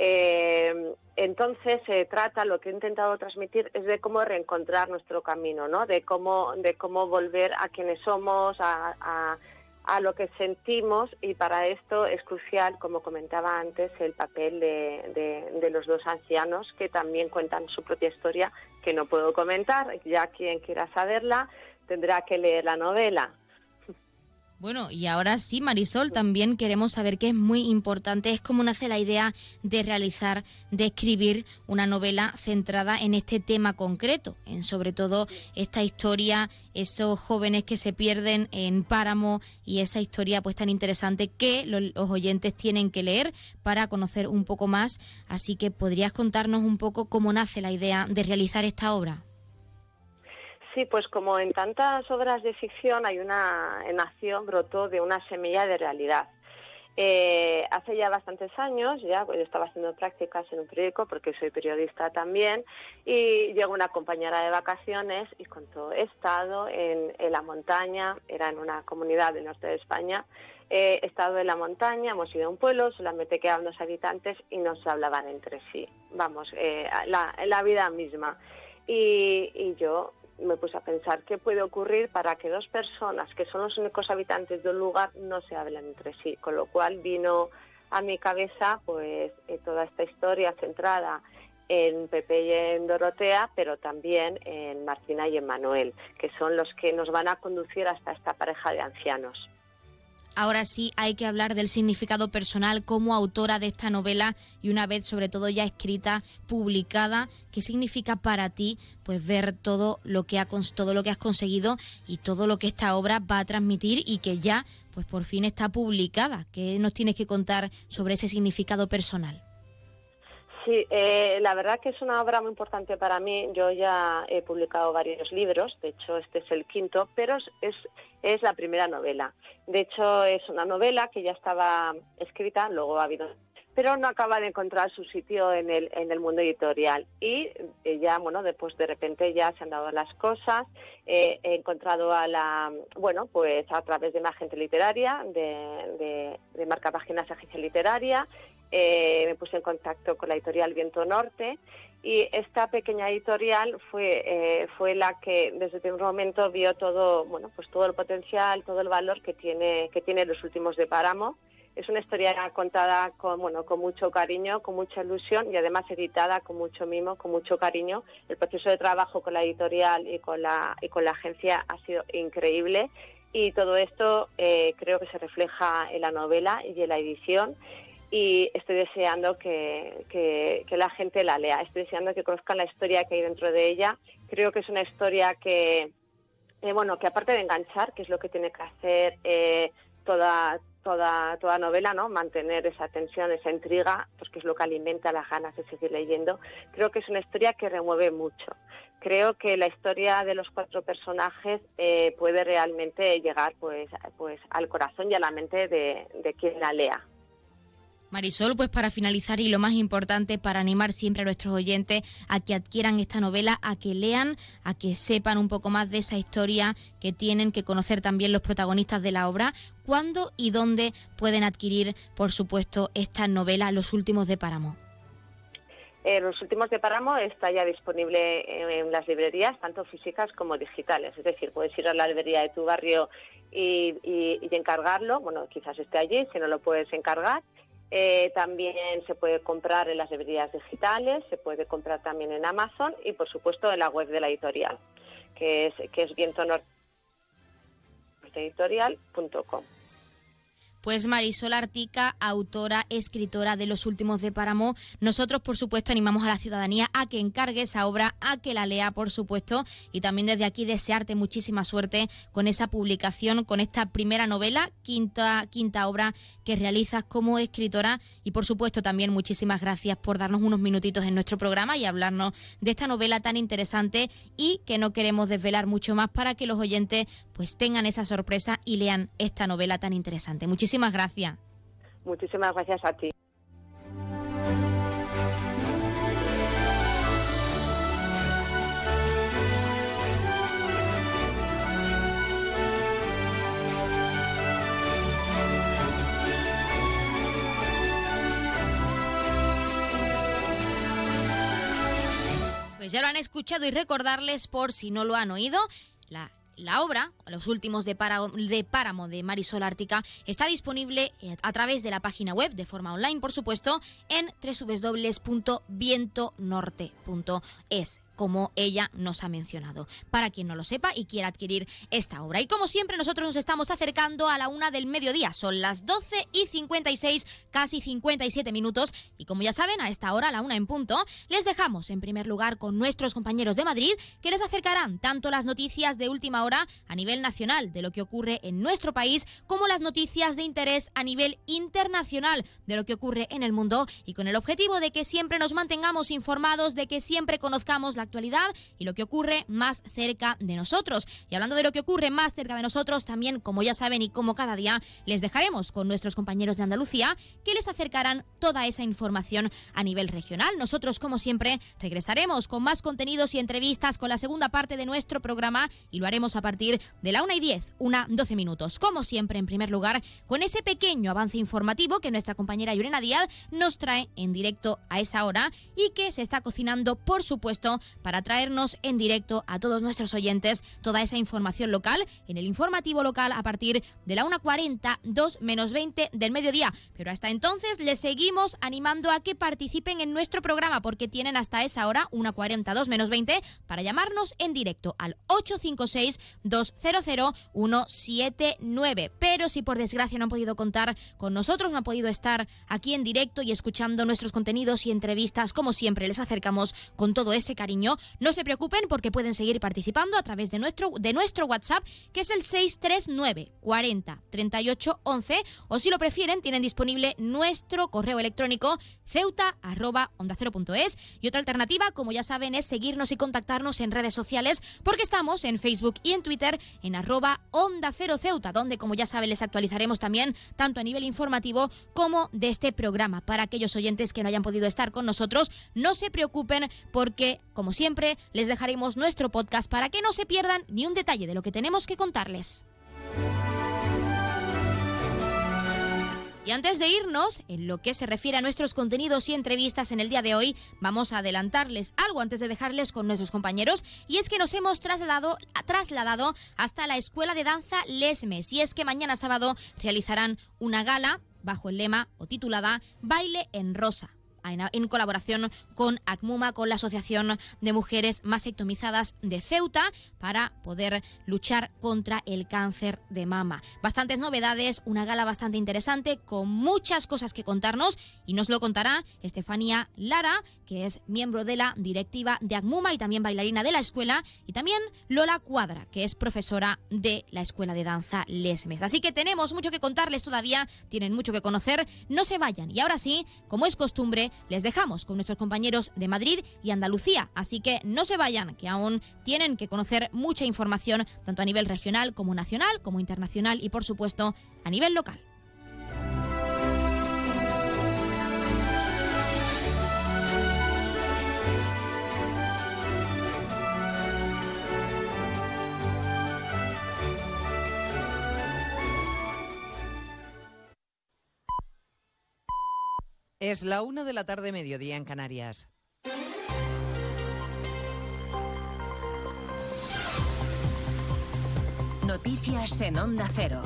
Eh, entonces se eh, trata, lo que he intentado transmitir es de cómo reencontrar nuestro camino, ¿no? De cómo, de cómo volver a quienes somos, a, a a lo que sentimos, y para esto es crucial, como comentaba antes, el papel de, de, de los dos ancianos que también cuentan su propia historia, que no puedo comentar, ya quien quiera saberla tendrá que leer la novela. Bueno, y ahora sí, Marisol, también queremos saber que es muy importante, es cómo nace la idea de realizar, de escribir una novela centrada en este tema concreto, en sobre todo esta historia, esos jóvenes que se pierden en Páramo y esa historia pues tan interesante que los, los oyentes tienen que leer para conocer un poco más. Así que, ¿podrías contarnos un poco cómo nace la idea de realizar esta obra? Sí, pues como en tantas obras de ficción, hay una nación, brotó de una semilla de realidad. Eh, hace ya bastantes años, ya pues, yo estaba haciendo prácticas en un periódico, porque soy periodista también, y llegó una compañera de vacaciones y contó, he estado en, en la montaña, era en una comunidad del norte de España, eh, he estado en la montaña, hemos ido a un pueblo, solamente quedaban dos habitantes y no se hablaban entre sí, vamos, eh, la, la vida misma. Y, y yo me puse a pensar qué puede ocurrir para que dos personas que son los únicos habitantes de un lugar no se hablen entre sí, con lo cual vino a mi cabeza pues eh, toda esta historia centrada en Pepe y en Dorotea, pero también en Martina y en Manuel, que son los que nos van a conducir hasta esta pareja de ancianos. Ahora sí hay que hablar del significado personal como autora de esta novela y una vez sobre todo ya escrita, publicada, ¿qué significa para ti pues ver todo lo que ha todo lo que has conseguido y todo lo que esta obra va a transmitir y que ya pues por fin está publicada? ¿Qué nos tienes que contar sobre ese significado personal? Sí, eh, la verdad que es una obra muy importante para mí. Yo ya he publicado varios libros, de hecho este es el quinto, pero es, es la primera novela. De hecho es una novela que ya estaba escrita, luego ha habido, pero no acaba de encontrar su sitio en el, en el mundo editorial. Y eh, ya, bueno, después de repente ya se han dado las cosas. Eh, he encontrado a la, bueno, pues a través de una agente literaria, de, de, de Marca Páginas Agencia Literaria, Eh, me puse en contacto con la editorial Viento Norte y esta pequeña editorial fue eh, fue la que desde el primer momento vio todo, bueno, pues todo el potencial, todo el valor que tiene que tiene Los últimos de Páramo. Es una historia contada con, bueno, con mucho cariño, con mucha ilusión y además editada con mucho mimo, con mucho cariño. El proceso de trabajo con la editorial y con la y con la agencia ha sido increíble y todo esto eh, creo que se refleja en la novela y en la edición. Y estoy deseando que, que, que la gente la lea, estoy deseando que conozcan la historia que hay dentro de ella. Creo que es una historia que, eh, bueno, que aparte de enganchar, que es lo que tiene que hacer eh, toda, toda, toda novela, ¿no? Mantener esa tensión, esa intriga, pues que es lo que alimenta las ganas de seguir leyendo. Creo que es una historia que remueve mucho. Creo que la historia de los cuatro personajes eh, puede realmente llegar pues, pues al corazón y a la mente de, de quien la lea. Marisol, pues para finalizar y lo más importante, para animar siempre a nuestros oyentes a que adquieran esta novela, a que lean, a que sepan un poco más de esa historia, que tienen que conocer también los protagonistas de la obra, ¿cuándo y dónde pueden adquirir, por supuesto, esta novela, Los últimos de Páramo? Eh, Los últimos de Páramo está ya disponible en, en las librerías, tanto físicas como digitales. Es decir, puedes ir a la librería de tu barrio y, y, y encargarlo. Bueno, quizás esté allí, si no lo puedes encargar. Eh, también se puede comprar en las librerías digitales, se puede comprar también en Amazon y, por supuesto, en la web de la editorial, que es, que es viento norte editorial punto com. Pues Marisol Artica, autora, escritora de Los últimos de Páramo, nosotros por supuesto animamos a la ciudadanía a que encargue esa obra, a que la lea por supuesto, y también desde aquí desearte muchísima suerte con esa publicación, con esta primera novela, quinta, quinta obra que realizas como escritora, y por supuesto también muchísimas gracias por darnos unos minutitos en nuestro programa y hablarnos de esta novela tan interesante y que no queremos desvelar mucho más para que los oyentes pues tengan esa sorpresa y lean esta novela tan interesante. Muchísimas gracias. Muchísimas gracias a ti. Pues ya lo han escuchado y recordarles, por si no lo han oído, la La obra, Los últimos de Páramo, de Páramo de Marisol Artica, está disponible a través de la página web, de forma online, por supuesto, en doble u doble u doble u punto viento norte punto es, como ella nos ha mencionado, para quien no lo sepa y quiera adquirir esta obra. Y como siempre, nosotros nos estamos acercando a la una del mediodía. Son las doce y cincuenta y seis, casi cincuenta y siete minutos. Y como ya saben, a esta hora, a la una en punto, les dejamos en primer lugar con nuestros compañeros de Madrid, que les acercarán tanto las noticias de última hora a nivel nacional de lo que ocurre en nuestro país, como las noticias de interés a nivel internacional de lo que ocurre en el mundo, y con el objetivo de que siempre nos mantengamos informados, de que siempre conozcamos la actualidad y lo que ocurre más cerca de nosotros. Y hablando de lo que ocurre más cerca de nosotros, también, como ya saben y como cada día, les dejaremos con nuestros compañeros de Andalucía que les acercarán toda esa información a nivel regional. Nosotros, como siempre, regresaremos con más contenidos y entrevistas con la segunda parte de nuestro programa, y lo haremos a partir de la una y diez, una doce minutos. Como siempre, en primer lugar, con ese pequeño avance informativo que nuestra compañera Yurena Díaz nos trae en directo a esa hora y que se está cocinando, por supuesto, para traernos en directo a todos nuestros oyentes toda esa información local en el informativo local a partir de la una cuarenta, dos menos veinte del mediodía. Pero hasta entonces les seguimos animando a que participen en nuestro programa, porque tienen hasta esa hora, una cuarenta, dos menos veinte, para llamarnos en directo al ocho cinco seis, dos cero cero, uno siete nueve. Pero si por desgracia no han podido contar con nosotros, no han podido estar aquí en directo y escuchando nuestros contenidos y entrevistas, como siempre les acercamos con todo ese cariño, no se preocupen, porque pueden seguir participando a través de nuestro, de nuestro WhatsApp, que es el seis tres nueve, cuarenta, treinta y ocho, once, o si lo prefieren, tienen disponible nuestro correo electrónico ceuta arroba onda cero punto es, y otra alternativa, como ya saben, es seguirnos y contactarnos en redes sociales, porque estamos en Facebook y en Twitter en arroba onda cero ceuta, donde, como ya saben, les actualizaremos también tanto a nivel informativo como de este programa. Para aquellos oyentes que no hayan podido estar con nosotros, no se preocupen, porque como siempre les dejaremos nuestro podcast para que no se pierdan ni un detalle de lo que tenemos que contarles. Y antes de irnos, en lo que se refiere a nuestros contenidos y entrevistas en el día de hoy, vamos a adelantarles algo antes de dejarles con nuestros compañeros, y es que nos hemos trasladado, trasladado hasta la Escuela de Danza Lesmes, y es que mañana sábado realizarán una gala bajo el lema o titulada Baile en Rosa, en colaboración con ACMUMA, con la Asociación de Mujeres Mastectomizadas de Ceuta, para poder luchar contra el cáncer de mama. Bastantes novedades, una gala bastante interesante, con muchas cosas que contarnos, y nos lo contará Estefanía Lara, que es miembro de la directiva de ACMUMA y también bailarina de la escuela, y también Lola Cuadra, que es profesora de la Escuela de Danza Lesmes. Así que tenemos mucho que contarles todavía, tienen mucho que conocer, no se vayan. Y ahora sí, como es costumbre, les dejamos con nuestros compañeros de Madrid y Andalucía, así que no se vayan, que aún tienen que conocer mucha información, tanto a nivel regional como nacional, como internacional y, por supuesto, a nivel local. Es la una de la tarde, mediodía en Canarias. Noticias en Onda Cero.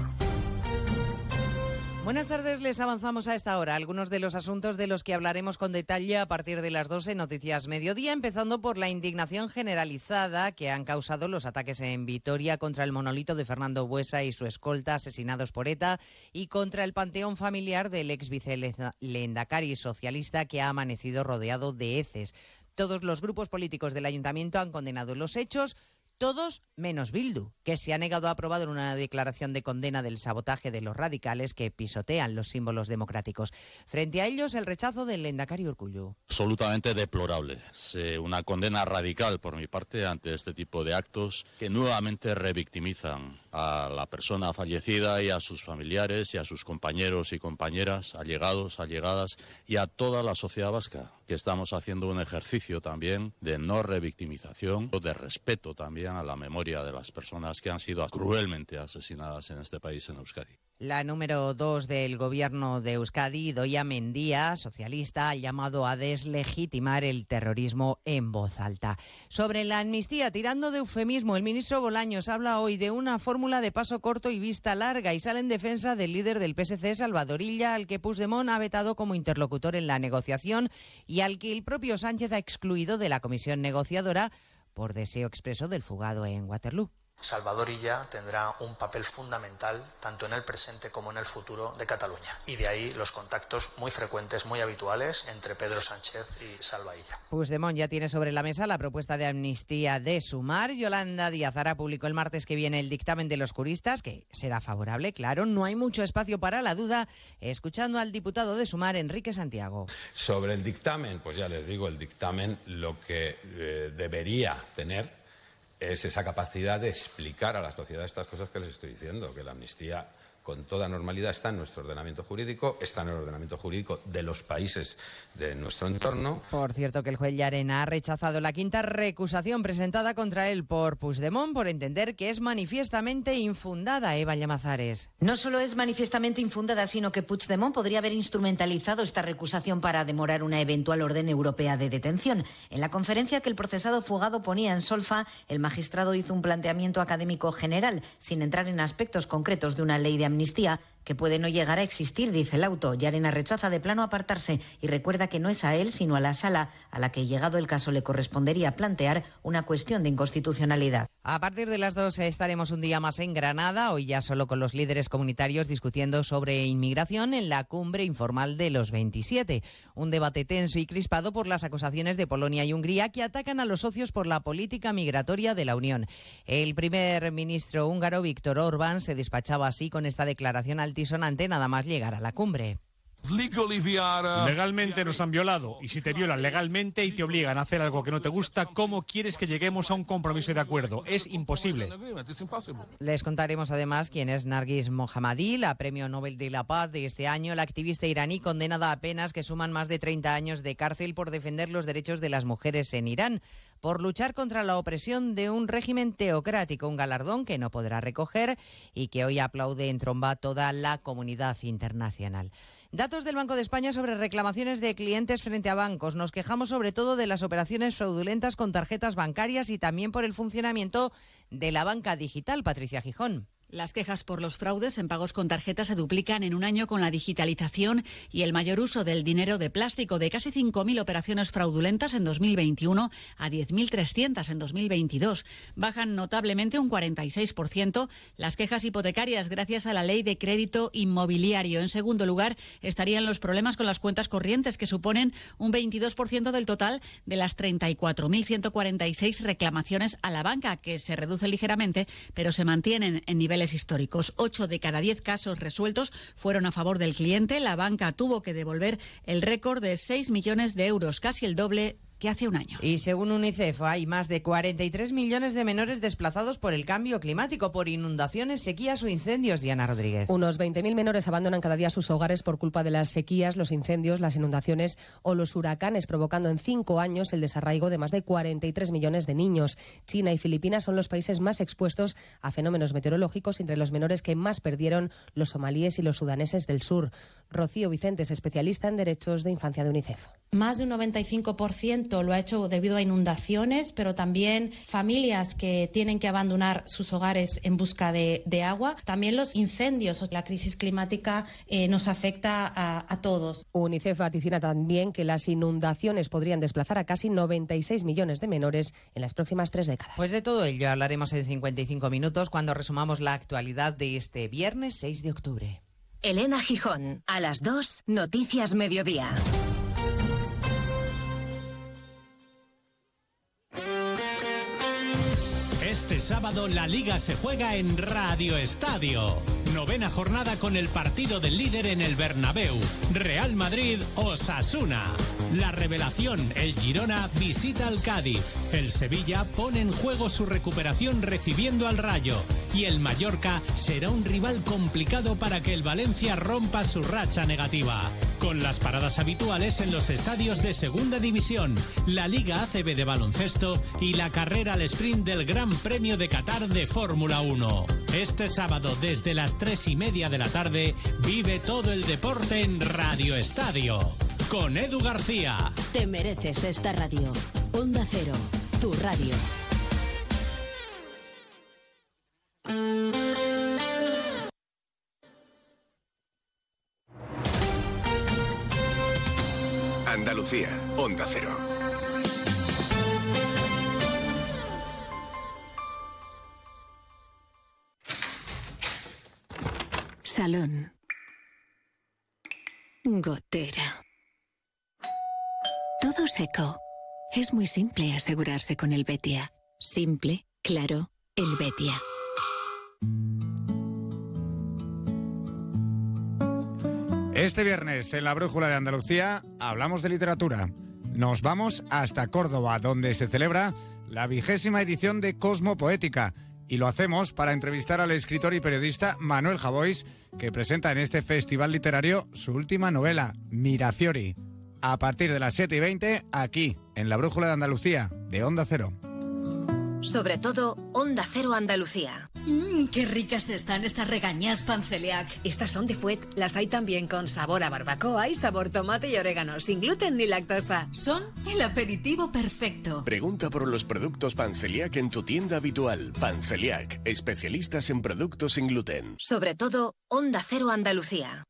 Buenas tardes, les avanzamos a esta hora algunos de los asuntos de los que hablaremos con detalle a partir de las doce, Noticias Mediodía, empezando por la indignación generalizada que han causado los ataques en Vitoria contra el monolito de Fernando Buesa y su escolta asesinados por ETA y contra el panteón familiar del ex vicelehendakari socialista que ha amanecido rodeado de heces. Todos los grupos políticos del ayuntamiento han condenado los hechos, todos menos Bildu, que se ha negado a aprobar una declaración de condena del sabotaje de los radicales que pisotean los símbolos democráticos. Frente a ellos, el rechazo del lehendakari Urkullu. Absolutamente deplorable. Es una condena radical por mi parte ante este tipo de actos que nuevamente revictimizan a la persona fallecida y a sus familiares y a sus compañeros y compañeras, allegados, allegadas y a toda la sociedad vasca, que estamos haciendo un ejercicio también de no revictimización, de respeto también a la memoria de las personas que han sido cruelmente asesinadas en este país, en Euskadi. La número dos del gobierno de Euskadi, Idoia Mendia, socialista, ha llamado a deslegitimar el terrorismo en voz alta. Sobre la amnistía, tirando de eufemismo, el ministro Bolaños habla hoy de una fórmula de paso corto y vista larga y sale en defensa del líder del P S C, Salvador Illa, al que Puigdemont ha vetado como interlocutor en la negociación y al que el propio Sánchez ha excluido de la comisión negociadora por deseo expreso del fugado en Waterloo. Salvador Illa tendrá un papel fundamental tanto en el presente como en el futuro de Cataluña. Y de ahí los contactos muy frecuentes, muy habituales entre Pedro Sánchez y Salva Illa. Puigdemont ya tiene sobre la mesa la propuesta de amnistía de Sumar. Yolanda Díaz Ara publicó el martes que viene el dictamen de los juristas, que será favorable, claro. No hay mucho espacio para la duda. Escuchando al diputado de Sumar, Enrique Santiago. Sobre el dictamen, pues ya les digo, el dictamen lo que eh, debería tener es esa capacidad de explicar a la sociedad estas cosas que les estoy diciendo, que la amnistía con toda normalidad está en nuestro ordenamiento jurídico, está en el ordenamiento jurídico de los países de nuestro entorno. Por cierto, que el juez Llarena ha rechazado la quinta recusación presentada contra él por Puigdemont por entender que es manifiestamente infundada. Eva Llamazares. No solo es manifiestamente infundada, sino que Puigdemont podría haber instrumentalizado esta recusación para demorar una eventual orden europea de detención. En la conferencia que el procesado fugado ponía en solfa, el magistrado hizo un planteamiento académico general, sin entrar en aspectos concretos de una ley de amnistía que puede no llegar a existir, dice el auto. Llarena rechaza de plano apartarse y recuerda que no es a él, sino a la sala, a la que llegado el caso le correspondería plantear una cuestión de inconstitucionalidad. A partir de las dos estaremos un día más en Granada, hoy ya solo con los líderes comunitarios discutiendo sobre inmigración en la cumbre informal de los veintisiete. Un debate tenso y crispado por las acusaciones de Polonia y Hungría que atacan a los socios por la política migratoria de la Unión. El primer ministro húngaro, Viktor Orbán, se despachaba así con esta declaración altisonante nada más llegar a la cumbre. Legalmente nos han violado, y si te violan legalmente y te obligan a hacer algo que no te gusta, ¿cómo quieres que lleguemos a un compromiso de acuerdo? Es imposible. Les contaremos además quién es Nargis Mohammadi, la Premio Nobel de la Paz de este año, la activista iraní condenada a penas que suman más de treinta años de cárcel por defender los derechos de las mujeres en Irán, por luchar contra la opresión de un régimen teocrático, un galardón que no podrá recoger y que hoy aplaude en tromba toda la comunidad internacional. Datos del Banco de España sobre reclamaciones de clientes frente a bancos. Nos quejamos sobre todo de las operaciones fraudulentas con tarjetas bancarias y también por el funcionamiento de la banca digital. Patricia Gijón. Las quejas por los fraudes en pagos con tarjetas se duplican en un año con la digitalización y el mayor uso del dinero de plástico, de casi cinco mil operaciones fraudulentas en dos mil veintiuno a diez mil trescientas en dos mil veintidós. Bajan notablemente un cuarenta y seis por ciento las quejas hipotecarias gracias a la ley de crédito inmobiliario. En segundo lugar estarían los problemas con las cuentas corrientes, que suponen un veintidós por ciento del total de las treinta y cuatro mil ciento cuarenta y seis reclamaciones a la banca, que se reduce ligeramente, pero se mantienen en niveles históricos. Ocho de cada diez casos resueltos fueron a favor del cliente. La banca tuvo que devolver el récord de seis millones de euros, casi el doble que hace un año. Y según UNICEF, hay más de cuarenta y tres millones de menores desplazados por el cambio climático, por inundaciones, sequías o incendios. Diana Rodríguez. Unos veinte mil menores abandonan cada día sus hogares por culpa de las sequías, los incendios, las inundaciones o los huracanes, provocando en cinco años el desarraigo de más de cuarenta y tres millones de niños. China y Filipinas son los países más expuestos a fenómenos meteorológicos. Entre los menores que más perdieron, los somalíes y los sudaneses del sur. Rocío Vicente es especialista en derechos de infancia de UNICEF. Más de un noventa y cinco por ciento lo ha hecho debido a inundaciones, pero también familias que tienen que abandonar sus hogares en busca de, de agua. También los incendios. La crisis climática eh, nos afecta a, a todos. UNICEF vaticina también que las inundaciones podrían desplazar a casi noventa y seis millones de menores en las próximas tres décadas. Pues de todo ello hablaremos en cincuenta y cinco minutos cuando resumamos la actualidad de este viernes seis de octubre. Elena Gijón, a las dos, Noticias Mediodía. Este sábado la Liga se juega en Radio Estadio. Novena jornada con el partido del líder en el Bernabéu. Real Madrid-Osasuna. La revelación, el Girona visita al Cádiz. El Sevilla pone en juego su recuperación recibiendo al Rayo. Y el Mallorca será un rival complicado para que el Valencia rompa su racha negativa. Con las paradas habituales en los estadios de Segunda División, la Liga A C B de baloncesto y la carrera al sprint del Gran Premio de Qatar de Fórmula uno. Este sábado desde las tres y media de la tarde vive todo el deporte en Radio Estadio. Con Edu García. Te mereces esta radio. Onda Cero, tu radio. Andalucía, Onda Cero. Salón. Gotera. Todo seco. Es muy simple asegurarse con el Betia. Simple, claro, el Betia. Este viernes en la Brújula de Andalucía hablamos de literatura. Nos vamos hasta Córdoba, donde se celebra la vigésima edición de Cosmo Poética. Y lo hacemos para entrevistar al escritor y periodista Manuel Javois, que presenta en este festival literario su última novela, Mirafiori. A partir de las siete y veinte, aquí, en la Brújula de Andalucía, de Onda Cero. Sobre todo, Onda Cero Andalucía. Mmm, qué ricas están estas regañas Panceliac. Estas son de Fuet, las hay también con sabor a barbacoa y sabor tomate y orégano, sin gluten ni lactosa. Son el aperitivo perfecto. Pregunta por los productos Panceliac en tu tienda habitual. Panceliac, especialistas en productos sin gluten. Sobre todo, Onda Cero Andalucía.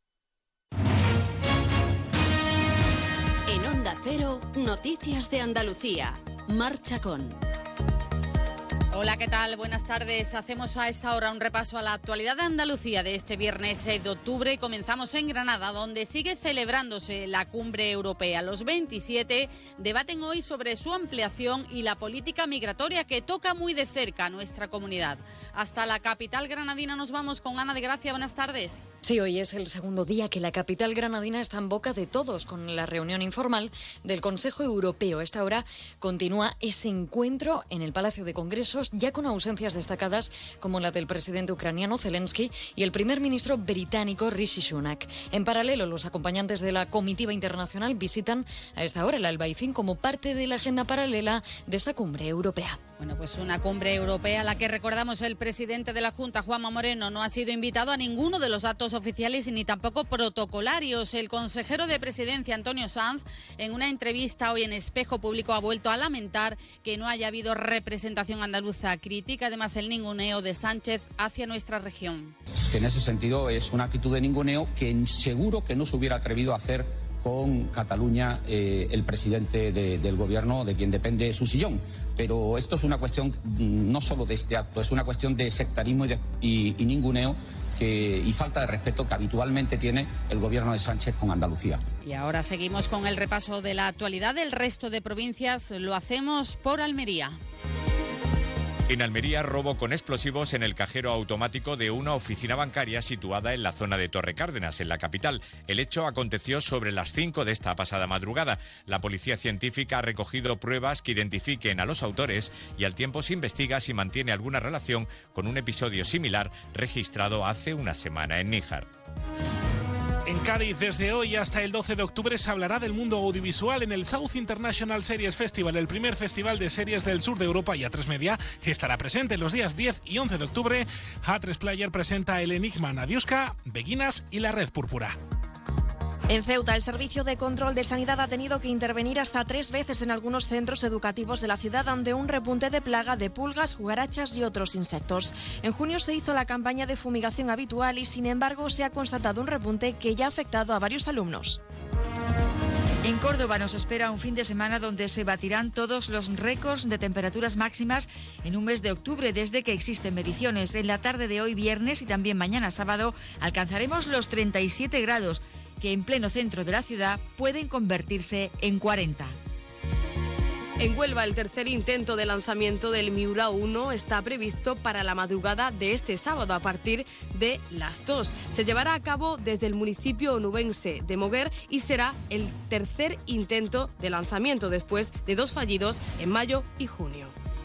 En Onda Cero, Noticias de Andalucía. Mar Chacón. Hola, ¿qué tal? Buenas tardes. Hacemos a esta hora un repaso a la actualidad de Andalucía de este viernes seis de octubre. Comenzamos en Granada, donde sigue celebrándose la cumbre europea. Los veintisiete debaten hoy sobre su ampliación y la política migratoria que toca muy de cerca a nuestra comunidad. Hasta la capital granadina nos vamos con Ana de Gracia. Buenas tardes. Sí, hoy es el segundo día que la capital granadina está en boca de todos con la reunión informal del Consejo Europeo. A esta hora continúa ese encuentro en el Palacio de Congresos, ya con ausencias destacadas como la del presidente ucraniano Zelensky y el primer ministro británico Rishi Sunak. En paralelo, los acompañantes de la comitiva internacional visitan a esta hora el Albaicín como parte de la agenda paralela de esta cumbre europea. Bueno, pues una cumbre europea a la que, recordamos, el presidente de la Junta, Juanma Moreno, no ha sido invitado a ninguno de los actos oficiales ni tampoco protocolarios. El consejero de Presidencia, Antonio Sanz, en una entrevista hoy en Espejo Público, ha vuelto a lamentar que no haya habido representación andaluza. Critica además el ninguneo de Sánchez hacia nuestra región. En ese sentido es una actitud de ninguneo que seguro que no se hubiera atrevido a hacer con Cataluña eh, el presidente de, del gobierno de quien depende su sillón. Pero esto es una cuestión no solo de este acto, es una cuestión de sectarismo y, de, y, y ninguneo que, y falta de respeto que habitualmente tiene el gobierno de Sánchez con Andalucía. Y ahora seguimos con el repaso de la actualidad del resto de provincias. Lo hacemos por Almería. En Almería, robo con explosivos en el cajero automático de una oficina bancaria situada en la zona de Torre Cárdenas, en la capital. El hecho aconteció sobre las cinco de esta pasada madrugada. La policía científica ha recogido pruebas que identifiquen a los autores y al tiempo se investiga si mantiene alguna relación con un episodio similar registrado hace una semana en Níjar. En Cádiz, desde hoy hasta el doce de octubre, se hablará del mundo audiovisual en el South International Series Festival, el primer festival de series del sur de Europa, y A tres Media estará presente los días diez y once de octubre. A tres Player presenta El Enigma, Nadiuska, Beguinas y La Red Púrpura. En Ceuta, el Servicio de Control de Sanidad ha tenido que intervenir hasta tres veces en algunos centros educativos de la ciudad ante un repunte de plaga de pulgas, cucarachas y otros insectos. En junio se hizo la campaña de fumigación habitual y, sin embargo, se ha constatado un repunte que ya ha afectado a varios alumnos. En Córdoba nos espera un fin de semana donde se batirán todos los récords de temperaturas máximas en un mes de octubre desde que existen mediciones. En la tarde de hoy viernes y también mañana sábado alcanzaremos los treinta y siete grados, que en pleno centro de la ciudad pueden convertirse en cuarenta. En Huelva, el tercer intento de lanzamiento del Miura uno está previsto para la madrugada de este sábado a partir de las dos. Se llevará a cabo desde el municipio onubense de Moguer y será el tercer intento de lanzamiento después de dos fallidos en mayo y junio.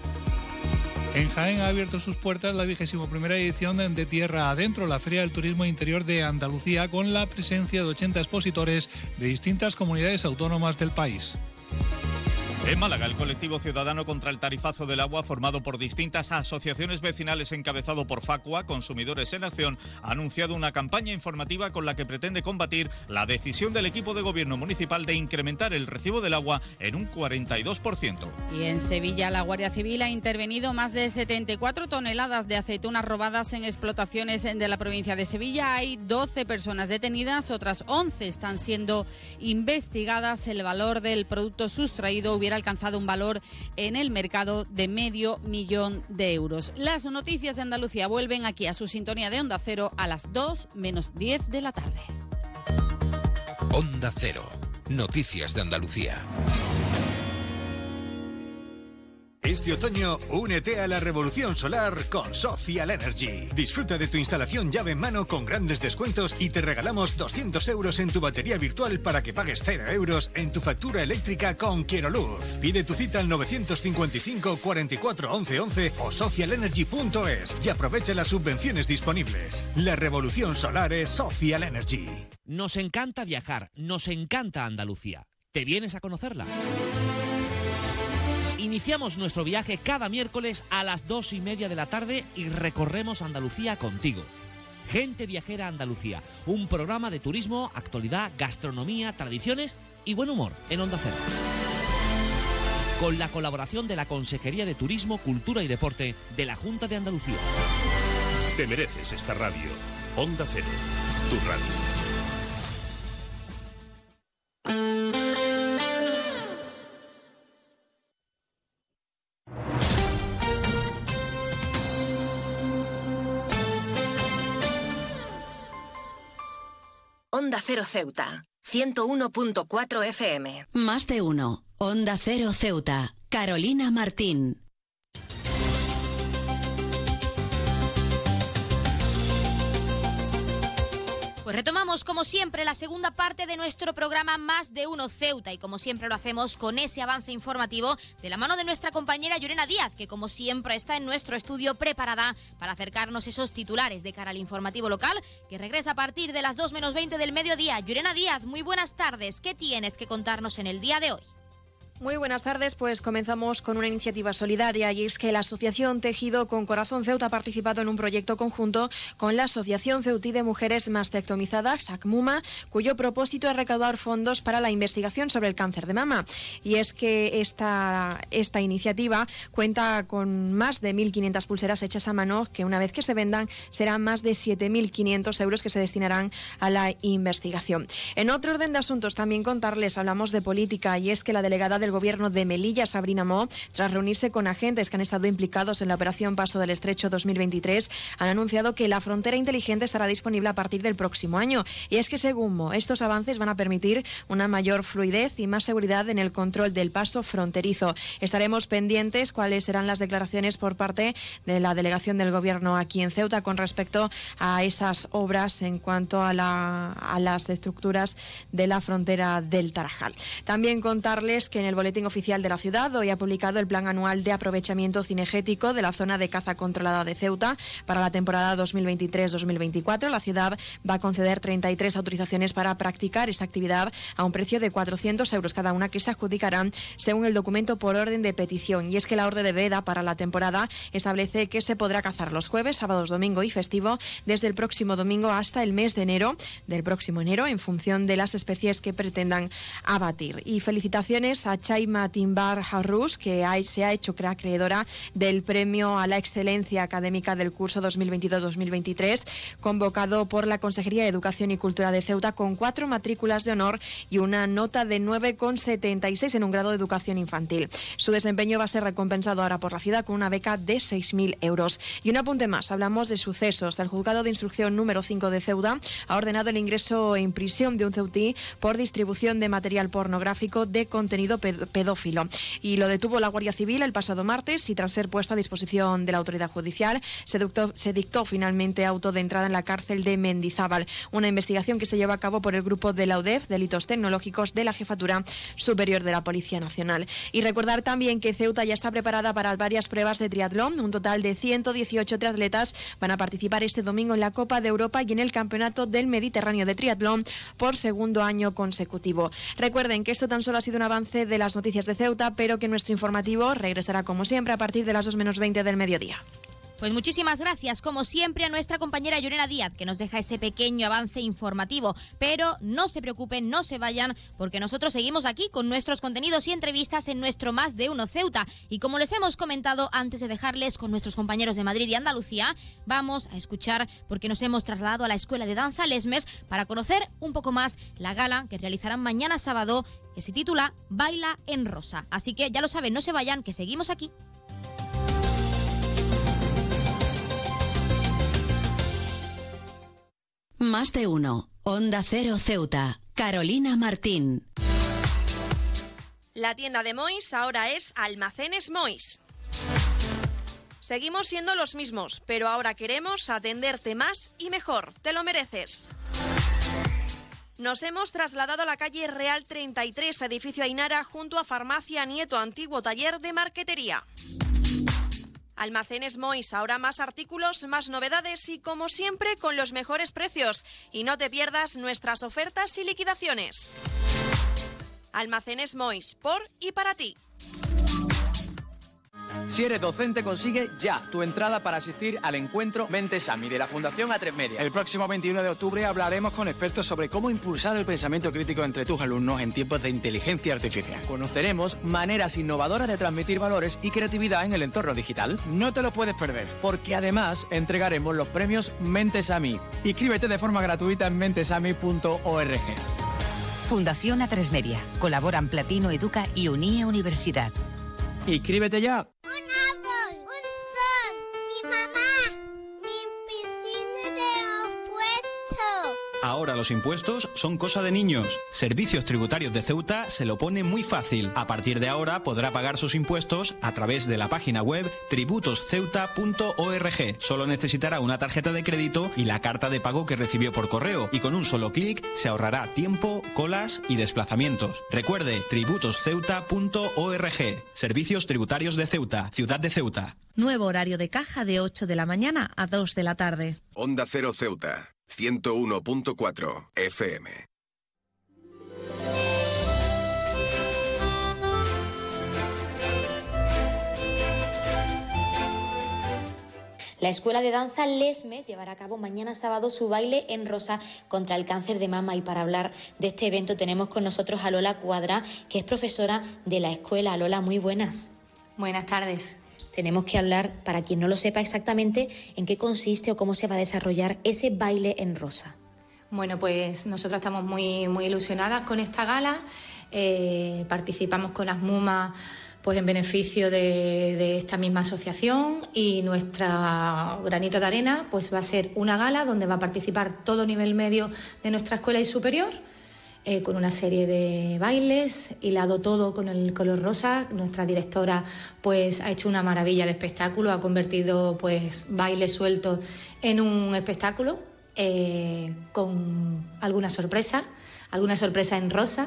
En Jaén ha abierto sus puertas la vigésima primera edición de Tierra Adentro, la Feria del Turismo Interior de Andalucía, con la presencia de ochenta expositores de distintas comunidades autónomas del país. En Málaga, el colectivo ciudadano contra el tarifazo del agua, formado por distintas asociaciones vecinales encabezado por Facua, Consumidores en Acción, ha anunciado una campaña informativa con la que pretende combatir la decisión del equipo de gobierno municipal de incrementar el recibo del agua en un cuarenta y dos por ciento. Y en Sevilla, la Guardia Civil ha intervenido más de setenta y cuatro toneladas de aceitunas robadas en explotaciones de la provincia de Sevilla. Hay doce personas detenidas, otras once están siendo investigadas. El valor del producto sustraído hubiera alcanzado un valor en el mercado de medio millón de euros. Las noticias de Andalucía vuelven aquí a su sintonía de Onda Cero a las dos menos diez de la tarde. Onda Cero. Noticias de Andalucía. Este otoño, únete a la revolución solar con Social Energy. Disfruta de tu instalación llave en mano con grandes descuentos y te regalamos doscientos euros en tu batería virtual para que pagues cero euros en tu factura eléctrica con Quieroluz. Pide tu cita al novecientos cincuenta y cinco, cuarenta y cuatro, once, once o social energy punto es y aprovecha las subvenciones disponibles. La revolución solar es Social Energy. Nos encanta viajar, nos encanta Andalucía. ¿Te vienes a conocerla? Iniciamos nuestro viaje cada miércoles a las dos y media de la tarde y recorremos Andalucía contigo. Gente Viajera Andalucía, un programa de turismo, actualidad, gastronomía, tradiciones y buen humor en Onda Cero. Con la colaboración de la Consejería de Turismo, Cultura y Deporte de la Junta de Andalucía. Te mereces esta radio. Onda Cero, tu radio. Onda Cero Ceuta, ciento uno punto cuatro F M. Más de uno. Onda Cero Ceuta. Carolina Martín. Pues retomamos, como siempre, la segunda parte de nuestro programa Más de Uno Ceuta y como siempre lo hacemos con ese avance informativo de la mano de nuestra compañera Llorena Díaz, que como siempre está en nuestro estudio preparada para acercarnos esos titulares de cara al informativo local, que regresa a partir de las dos menos veinte del mediodía. Llorena Díaz, muy buenas tardes. ¿Qué tienes que contarnos en el día de hoy? Muy buenas tardes, pues comenzamos con una iniciativa solidaria y es que la Asociación Tejido con Corazón Ceuta ha participado en un proyecto conjunto con la Asociación Ceutí de Mujeres Mastectomizadas, ACMUMA, cuyo propósito es recaudar fondos para la investigación sobre el cáncer de mama. Y es que esta, esta iniciativa cuenta con más de mil quinientas pulseras hechas a mano que una vez que se vendan serán más de siete mil quinientos euros que se destinarán a la investigación. En otro orden de asuntos, también contarles, hablamos de política y es que la delegada del Gobierno de Melilla, Sabrina Mo, tras reunirse con agentes que han estado implicados en la operación Paso del Estrecho dos mil veintitrés, han anunciado que la frontera inteligente estará disponible a partir del próximo año. Y es que, según Mo, estos avances van a permitir una mayor fluidez y más seguridad en el control del paso fronterizo. Estaremos pendientes cuáles serán las declaraciones por parte de la delegación del Gobierno aquí en Ceuta con respecto a esas obras en cuanto a, la, a las estructuras de la frontera del Tarajal. También contarles que en el Boletín Oficial de la Ciudad hoy ha publicado el Plan Anual de Aprovechamiento Cinegético de la zona de caza controlada de Ceuta para la temporada dos mil veintitrés dos mil veinticuatro. La ciudad va a conceder treinta y tres autorizaciones para practicar esta actividad a un precio de cuatrocientos euros cada una, que se adjudicarán según el documento por orden de petición. Y es que la orden de veda para la temporada establece que se podrá cazar los jueves, sábados, domingo y festivo desde el próximo domingo hasta el mes de enero del próximo enero, en función de las especies que pretendan abatir. Y felicitaciones a Chaima Timbar Harrus, que hay, se ha hecho acreedora del premio a la excelencia académica del curso dos mil veintidós dos mil veintitrés, convocado por la Consejería de Educación y Cultura de Ceuta, con cuatro matrículas de honor y una nota de nueve coma setenta y seis en un grado de educación infantil. Su desempeño va a ser recompensado ahora por la ciudad con una beca de seis mil euros. Y un apunte más, hablamos de sucesos. El juzgado de instrucción número cinco de Ceuta ha ordenado el ingreso en prisión de un ceutí por distribución de material pornográfico de contenido pedófilo. Y lo detuvo la Guardia Civil el pasado martes y, tras ser puesto a disposición de la autoridad judicial, se dictó, se dictó finalmente auto de entrada en la cárcel de Mendizábal. Una investigación que se lleva a cabo por el grupo de la U D E F, Delitos Tecnológicos, de la Jefatura Superior de la Policía Nacional. Y recordar también que Ceuta ya está preparada para varias pruebas de triatlón. Un total de ciento dieciocho triatletas van a participar este domingo en la Copa de Europa y en el Campeonato del Mediterráneo de Triatlón por segundo año consecutivo. Recuerden que esto tan solo ha sido un avance de las noticias de Ceuta, pero que nuestro informativo regresará como siempre a partir de las dos menos veinte del mediodía. Pues muchísimas gracias, como siempre, a nuestra compañera Llorena Díaz, que nos deja ese pequeño avance informativo. Pero no se preocupen, no se vayan, porque nosotros seguimos aquí con nuestros contenidos y entrevistas en nuestro Más de Uno Ceuta. Y como les hemos comentado antes de dejarles con nuestros compañeros de Madrid y Andalucía, vamos a escuchar, porque nos hemos trasladado a la Escuela de Danza Lesmes para conocer un poco más la gala que realizarán mañana sábado, que se titula Baila en Rosa. Así que ya lo saben, no se vayan, que seguimos aquí. Más de Uno. Onda Cero Ceuta. Carolina Martín. La tienda de Mois ahora es Almacenes Mois. Seguimos siendo los mismos, pero ahora queremos atenderte más y mejor. Te lo mereces. Nos hemos trasladado a la calle Real treinta y tres, edificio Ainara, junto a Farmacia Nieto, antiguo taller de marquetería. Almacenes Mois, ahora más artículos, más novedades y, como siempre, con los mejores precios. Y no te pierdas nuestras ofertas y liquidaciones. Almacenes Mois, por y para ti. Si eres docente, consigue ya tu entrada para asistir al encuentro Mente Sami de la Fundación A tres Media. El próximo veintiuno de octubre hablaremos con expertos sobre cómo impulsar el pensamiento crítico entre tus alumnos en tiempos de inteligencia artificial. Conoceremos maneras innovadoras de transmitir valores y creatividad en el entorno digital. No te lo puedes perder, porque además entregaremos los premios Mente Sami. Inscríbete de forma gratuita en mentesami punto org. Fundación A tres Media. Colaboran Platino Educa y Unie Universidad. ¡Inscríbete ya! Ahora los impuestos son cosa de niños. Servicios Tributarios de Ceuta se lo pone muy fácil. A partir de ahora podrá pagar sus impuestos a través de la página web tributos ceuta punto org. Solo necesitará una tarjeta de crédito y la carta de pago que recibió por correo, y con un solo clic se ahorrará tiempo, colas y desplazamientos. Recuerde, tributos ceuta punto org. Servicios Tributarios de Ceuta, Ciudad de Ceuta. Nuevo horario de caja de ocho de la mañana a dos de la tarde. Onda Cero Ceuta. ciento uno punto cuatro F M. La Escuela de Danza Lesmes llevará a cabo mañana sábado su baile en rosa contra el cáncer de mama, y para hablar de este evento tenemos con nosotros a Lola Cuadra, que es profesora de la escuela. Lola, muy buenas. Buenas tardes. Tenemos que hablar, para quien no lo sepa exactamente, en qué consiste o cómo se va a desarrollar ese baile en rosa. Bueno, pues nosotros estamos muy, muy ilusionadas con esta gala. Eh, participamos con ACMUMA pues en beneficio de, de esta misma asociación, y nuestra granito de arena pues va a ser una gala donde va a participar todo nivel medio de nuestra escuela y superior, eh, con una serie de bailes, hilado todo con el color rosa. Nuestra directora pues ha hecho una maravilla de espectáculo, ha convertido pues bailes sueltos en un espectáculo eh, con alguna sorpresa, alguna sorpresa en rosa.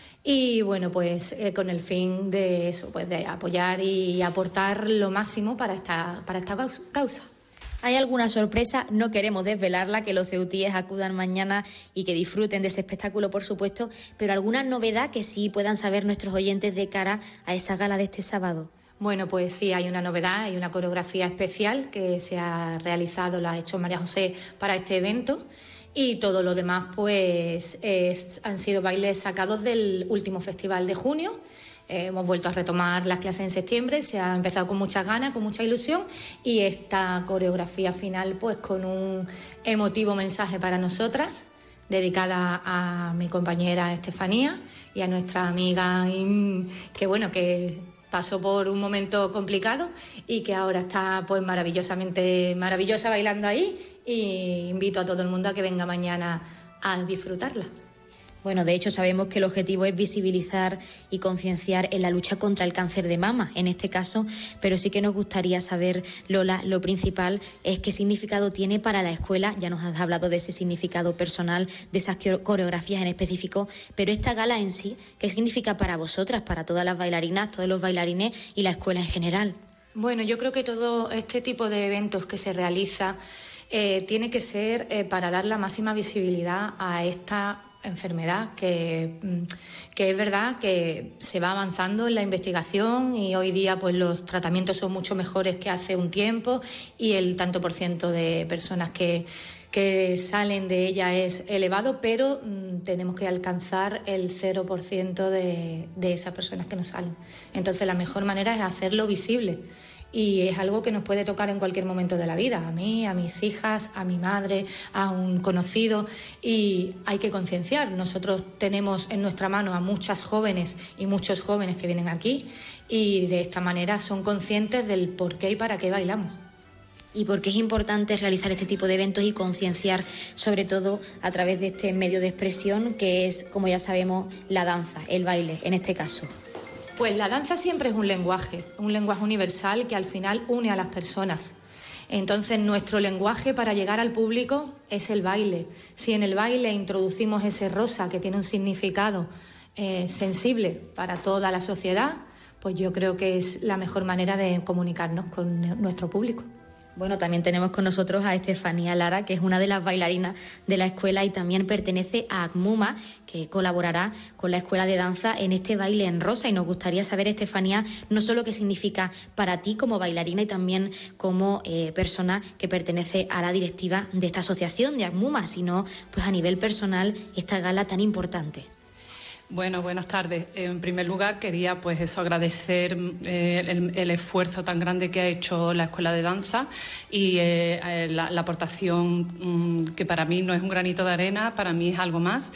Y bueno, pues eh, con el fin de eso, pues de apoyar y aportar lo máximo para esta, para esta causa. ¿Hay alguna sorpresa? No queremos desvelarla, que los ceutíes acudan mañana y que disfruten de ese espectáculo, por supuesto, pero alguna novedad que sí puedan saber nuestros oyentes de cara a esa gala de este sábado. Bueno, pues sí, hay una novedad, hay una coreografía especial que se ha realizado, la ha hecho María José para este evento. Y todo lo demás pues es, han sido bailes sacados del último festival de junio. Eh, hemos vuelto a retomar las clases en septiembre, se ha empezado con muchas ganas, con mucha ilusión, y esta coreografía final pues con un emotivo mensaje para nosotras, dedicada a mi compañera Estefanía y a nuestra amiga, que bueno, que pasó por un momento complicado y que ahora está pues maravillosamente maravillosa bailando ahí, y invito a todo el mundo a que venga mañana a disfrutarla. Bueno, de hecho sabemos que el objetivo es visibilizar y concienciar en la lucha contra el cáncer de mama, en este caso, pero sí que nos gustaría saber, Lola, lo principal es qué significado tiene para la escuela. Ya nos has hablado de ese significado personal, de esas coreografías en específico, pero esta gala en sí, ¿qué significa para vosotras, para todas las bailarinas, todos los bailarines y la escuela en general? Bueno, yo creo que todo este tipo de eventos que se realiza eh, tiene que ser eh, para dar la máxima visibilidad a esta enfermedad, que, que es verdad que se va avanzando en la investigación, y hoy día pues los tratamientos son mucho mejores que hace un tiempo, y el tanto por ciento de personas que, que salen de ella es elevado, pero mmm, tenemos que alcanzar el cero por ciento de, de esas personas que nos salen. Entonces la mejor manera es hacerlo visible. Y es algo que nos puede tocar en cualquier momento de la vida, a mí, a mis hijas, a mi madre, a un conocido, y hay que concienciar. Nosotros tenemos en nuestra mano a muchas jóvenes y muchos jóvenes que vienen aquí, y de esta manera son conscientes del por qué y para qué bailamos. Y por qué es importante realizar este tipo de eventos y concienciar, sobre todo a través de este medio de expresión que es, como ya sabemos, la danza, el baile, en este caso. Pues la danza siempre es un lenguaje, un lenguaje universal que al final une a las personas. Entonces nuestro lenguaje para llegar al público es el baile. Si en el baile introducimos ese rosa que tiene un significado eh, sensible para toda la sociedad, pues yo creo que es la mejor manera de comunicarnos con nuestro público. Bueno, también tenemos con nosotros a Estefanía Lara, que es una de las bailarinas de la escuela y también pertenece a ACMUMA, que colaborará con la escuela de danza en este baile en rosa. Y nos gustaría saber, Estefanía, no solo qué significa para ti como bailarina y también como eh, persona que pertenece a la directiva de esta asociación de ACMUMA, sino pues a nivel personal esta gala tan importante. Bueno, buenas tardes. En primer lugar, quería pues eso agradecer eh, el, el esfuerzo tan grande que ha hecho la Escuela de Danza y eh, la, la aportación mmm, que para mí no es un granito de arena, para mí es algo más.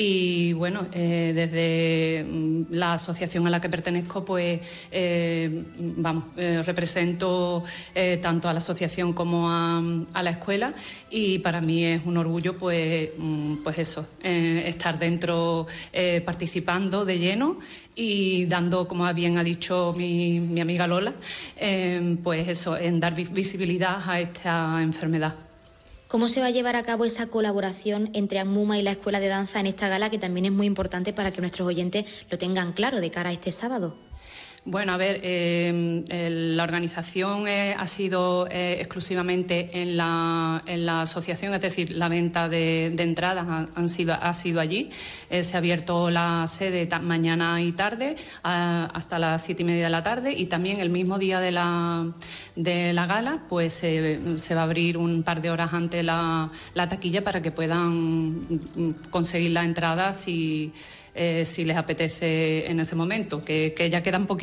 Y bueno, eh, desde mmm, la asociación a la que pertenezco, pues eh, vamos, eh, represento eh, tanto a la asociación como a, a la escuela, y para mí es un orgullo pues, mmm, pues eso, eh, estar dentro eh, participando de lleno y dando, como bien ha dicho mi, mi amiga Lola, eh, pues eso, en dar visibilidad a esta enfermedad. ¿Cómo se va a llevar a cabo esa colaboración entre ACMUMA y la Escuela de Danza en esta gala, que también es muy importante para que nuestros oyentes lo tengan claro de cara a este sábado? Bueno, a ver, eh, el, la organización eh, ha sido eh, exclusivamente en la, en la asociación, es decir, la venta de, de entradas ha, han sido, ha sido allí. Eh, se ha abierto la sede ta, mañana y tarde a, hasta las siete y media de la tarde, y también el mismo día de la, de la gala pues eh, se va a abrir un par de horas antes la, la taquilla para que puedan conseguir la entrada si... Eh, si les apetece en ese momento, que, que ya quedan poquitos.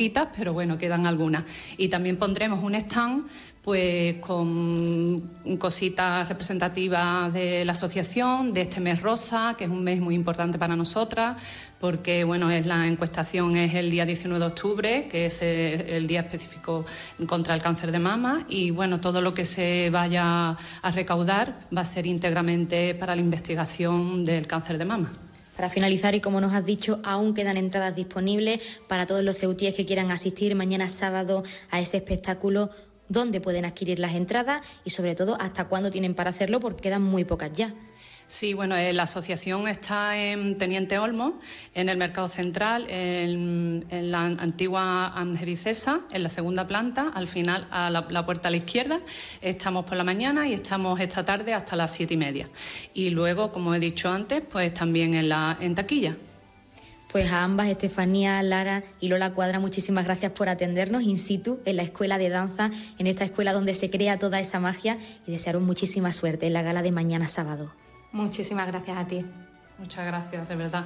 poquitas, pero bueno, quedan algunas. Y también pondremos un stand pues con cositas representativas de la asociación, de este mes rosa, que es un mes muy importante para nosotras, porque bueno, es la encuestación es el día diecinueve de octubre, que es el día específico contra el cáncer de mama, y bueno, todo lo que se vaya a recaudar va a ser íntegramente para la investigación del cáncer de mama. Para finalizar, y como nos has dicho, aún quedan entradas disponibles para todos los ceutíes que quieran asistir mañana sábado a ese espectáculo. ¿Dónde pueden adquirir las entradas y sobre todo hasta cuándo tienen para hacerlo? Porque quedan muy pocas ya. Sí, bueno, eh, la asociación está en Teniente Olmo, en el Mercado Central, en, en la antigua Angevicesa, en la segunda planta, al final a la, la puerta a la izquierda. Estamos por la mañana y estamos esta tarde hasta las siete y media. Y luego, como he dicho antes, pues también en, la, en taquilla. Pues a ambas, Estefanía, Lara y Lola Cuadra, muchísimas gracias por atendernos in situ en la Escuela de Danza, en esta escuela donde se crea toda esa magia, y desearos muchísima suerte en la gala de mañana sábado. Muchísimas gracias a ti. Muchas gracias, de verdad.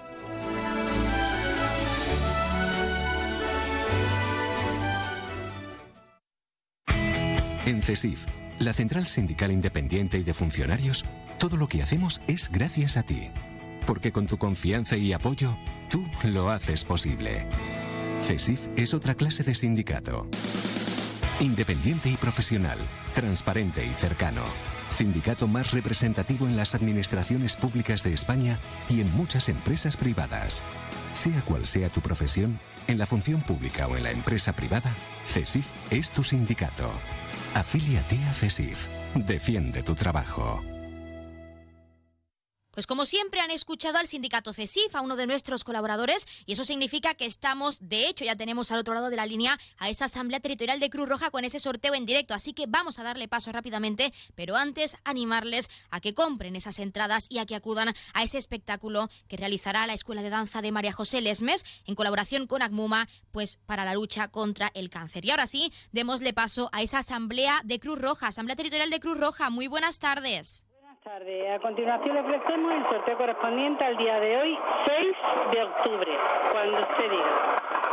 En CESIF, la Central Sindical Independiente y de Funcionarios, todo lo que hacemos es gracias a ti. Porque con tu confianza y apoyo, tú lo haces posible. CESIF es otra clase de sindicato. Independiente y profesional, transparente y cercano. Sindicato más representativo en las administraciones públicas de España y en muchas empresas privadas. Sea cual sea tu profesión, en la función pública o en la empresa privada, CESIF es tu sindicato. Afíliate a CESIF. Defiende tu trabajo. Pues como siempre han escuchado al sindicato CESIF, a uno de nuestros colaboradores, y eso significa que estamos, de hecho ya tenemos al otro lado de la línea a esa Asamblea Territorial de Cruz Roja con ese sorteo en directo, así que vamos a darle paso rápidamente, pero antes animarles a que compren esas entradas y a que acudan a ese espectáculo que realizará la Escuela de Danza de María José Lesmes en colaboración con ACMUMA, pues para la lucha contra el cáncer. Y ahora sí, démosle paso a esa Asamblea de Cruz Roja, Asamblea Territorial de Cruz Roja. Muy buenas tardes. Tarde. A continuación le ofrecemos el sorteo correspondiente al día de hoy, seis de octubre, cuando usted diga.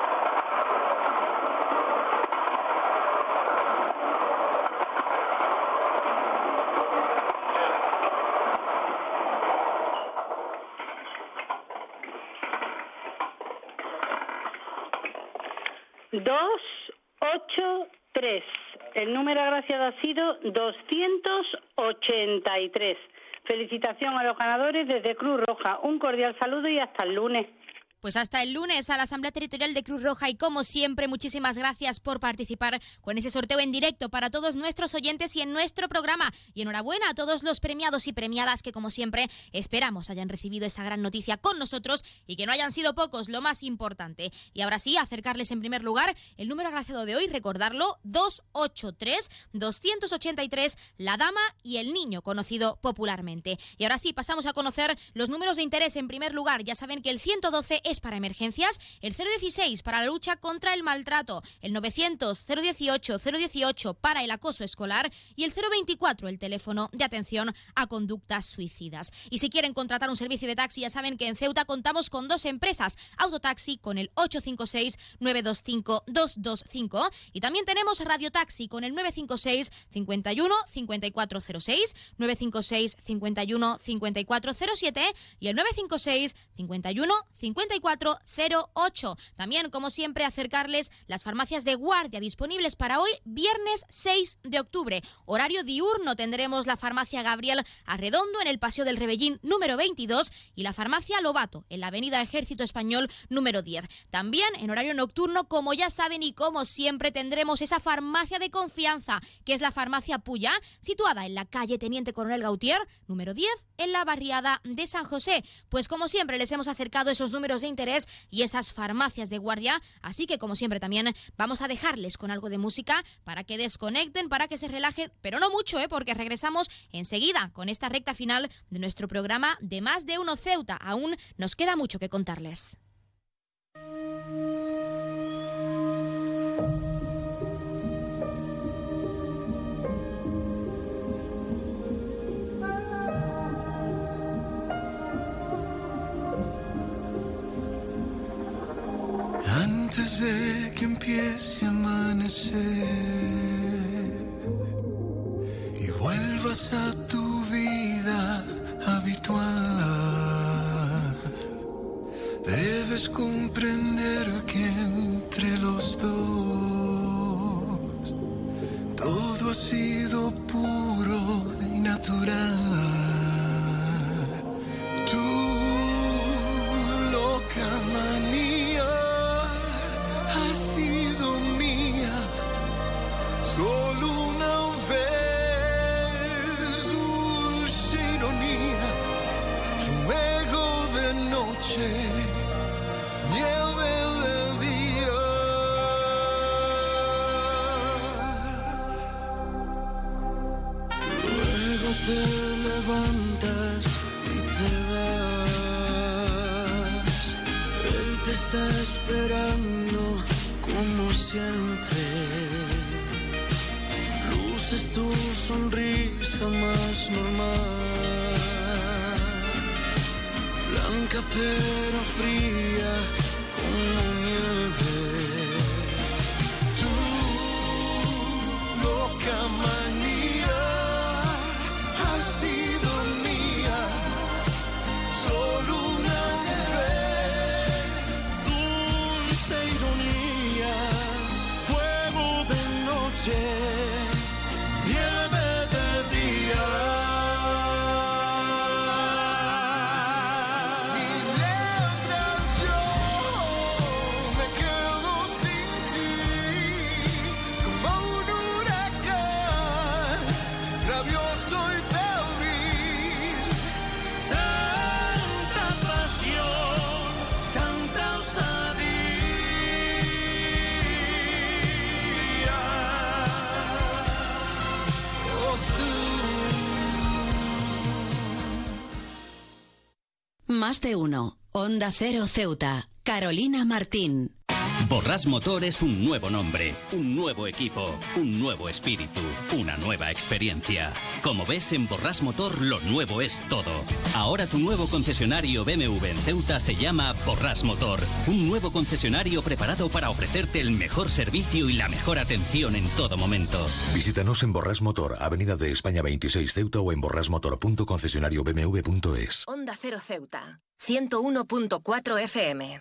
dos ocho tres. El número agraciado ha sido doscientos ochenta y tres. Felicitación a los ganadores desde Cruz Roja. Un cordial saludo y hasta el lunes. Pues hasta el lunes a la Asamblea Territorial de Cruz Roja, y como siempre, muchísimas gracias por participar con ese sorteo en directo para todos nuestros oyentes y en nuestro programa. Y enhorabuena a todos los premiados y premiadas que, como siempre, esperamos hayan recibido esa gran noticia con nosotros y que no hayan sido pocos, lo más importante. Y ahora sí, acercarles en primer lugar el número agraciado de hoy, recordarlo, dos ocho tres, doscientos ochenta y tres, la dama y el niño, conocido popularmente. Y ahora sí, pasamos a conocer los números de interés. En primer lugar, ya saben que el ciento doce es para emergencias, el cero dieciséis para la lucha contra el maltrato, el novecientos, cero dieciocho, cero dieciocho para el acoso escolar y el cero veinticuatro, el teléfono de atención a conductas suicidas. Y si quieren contratar un servicio de taxi, ya saben que en Ceuta contamos con dos empresas, Autotaxi con el ocho cinco seis, nueve dos cinco, dos dos cinco, y también tenemos Radiotaxi con el nueve cinco seis, cincuenta y uno, cincuenta y cuatro cero seis, nueve cinco seis, cincuenta y uno, cincuenta y cuatro cero siete y el nueve cinco seis, cincuenta y uno, cincuenta y cuatro cero ocho. También, como siempre, acercarles las farmacias de guardia disponibles para hoy, viernes seis de octubre. Horario diurno tendremos la farmacia Gabriel Arredondo en el Paseo del Rebellín número veintidós y la farmacia Lobato en la avenida Ejército Español número diez. También en horario nocturno, como ya saben y como siempre, tendremos esa farmacia de confianza, que es la farmacia Puya, situada en la calle Teniente Coronel Gautier número diez en la barriada de San José. Pues como siempre les hemos acercado esos números de interés y esas farmacias de guardia, así que como siempre también vamos a dejarles con algo de música para que desconecten, para que se relajen, pero no mucho, ¿eh? Porque regresamos enseguida con esta recta final de nuestro programa de Más de Uno Ceuta. Aún nos queda mucho que contarles. Antes antes de que empiece a amanecer y vuelvas a tu vida habitual. Debes comprender que entre los dos todo ha sido puro y natural. Tu loca manía ha sido mía solo una vez. Dulce ironía, fuego de noche, nieve de día. Luego te levantas y te vas. Él te está esperando como siempre. Luces tu sonrisa más normal, blanca pero fría como nieve. Tu loca manía ha sido mía solo una vez. Dulce ironía, fuego de noche, nieve de día. Y mientras yo me quedo sin ti, como un huracán, rabioso y febril. Tanta pasión, tanta osadía. Oh, tú. Más de uno. Onda Cero Ceuta. Carolina Martín. Borràs Motor es un nuevo nombre, un nuevo equipo, un nuevo espíritu, una nueva experiencia. Como ves, en Borràs Motor lo nuevo es todo. Ahora tu nuevo concesionario B M W en Ceuta se llama Borràs Motor. Un nuevo concesionario preparado para ofrecerte el mejor servicio y la mejor atención en todo momento. Visítanos en Borràs Motor, Avenida de España veintiséis Ceuta o en borrasmotor punto concesionario b m w punto es. Onda Cero Ceuta. ciento uno punto cuatro F M.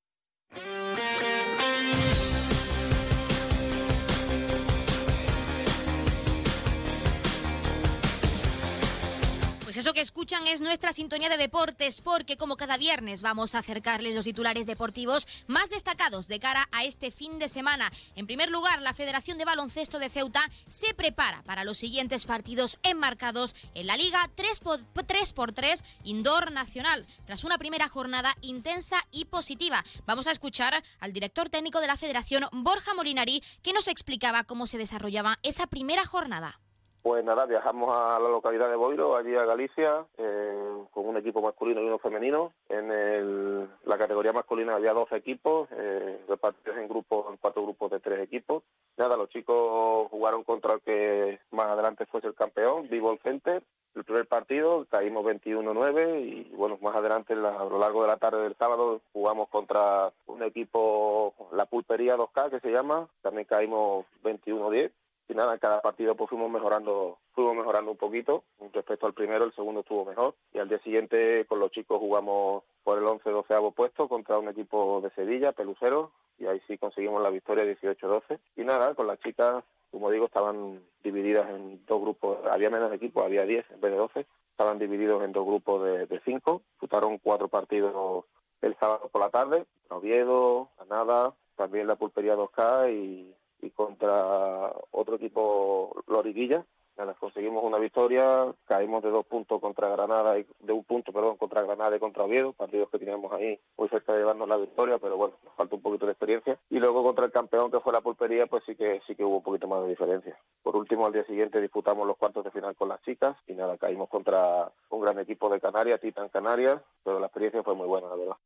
Pues eso que escuchan es nuestra sintonía de deportes, porque como cada viernes vamos a acercarles los titulares deportivos más destacados de cara a este fin de semana. En primer lugar, la Federación de Baloncesto de Ceuta se prepara para los siguientes partidos enmarcados en la Liga tres por tres Indoor Nacional, tras una primera jornada intensa y positiva. Vamos a escuchar al director técnico de la Federación, Borja Molinari, que nos explicaba cómo se desarrollaba esa primera jornada. Pues nada, viajamos a la localidad de Boiro, allí a Galicia, eh, con un equipo masculino y uno femenino. En el, la categoría masculina había doce equipos, eh, repartidos en grupos, en cuatro grupos de tres equipos. Nada, los chicos jugaron contra el que más adelante fuese el campeón, Vivo Center. El primer partido caímos veintiuno nueve y bueno, más adelante a lo largo de la tarde del sábado jugamos contra un equipo, la Pulpería dos K que se llama, también caímos veintiuno diez. Y nada, en cada partido pues fuimos mejorando, fuimos mejorando un poquito respecto al primero, el segundo estuvo mejor. Y al día siguiente con los chicos jugamos por el once doceavo puesto contra un equipo de Sevilla, Pelucero, y ahí sí conseguimos la victoria dieciocho doce. Y nada, con las chicas, como digo, estaban divididas en dos grupos, había menos equipos, había diez en vez de doce, estaban divididos en dos grupos de, de cinco, disputaron cuatro partidos el sábado por la tarde, Oviedo, Granada, también la Pulpería dos K y... y contra otro equipo, Loriguilla. Nada, conseguimos una victoria, caímos de dos puntos contra Granada, y de un punto, perdón, contra Granada y contra Oviedo, partidos que teníamos ahí muy cerca de llevarnos la victoria, pero bueno, nos falta un poquito de experiencia. Y luego contra el campeón, que fue la Pulpería, pues sí que sí que hubo un poquito más de diferencia. Por último, al día siguiente disputamos los cuartos de final con las chicas, y nada, caímos contra un gran equipo de Canarias, Titan Canarias, pero la experiencia fue muy buena, la verdad.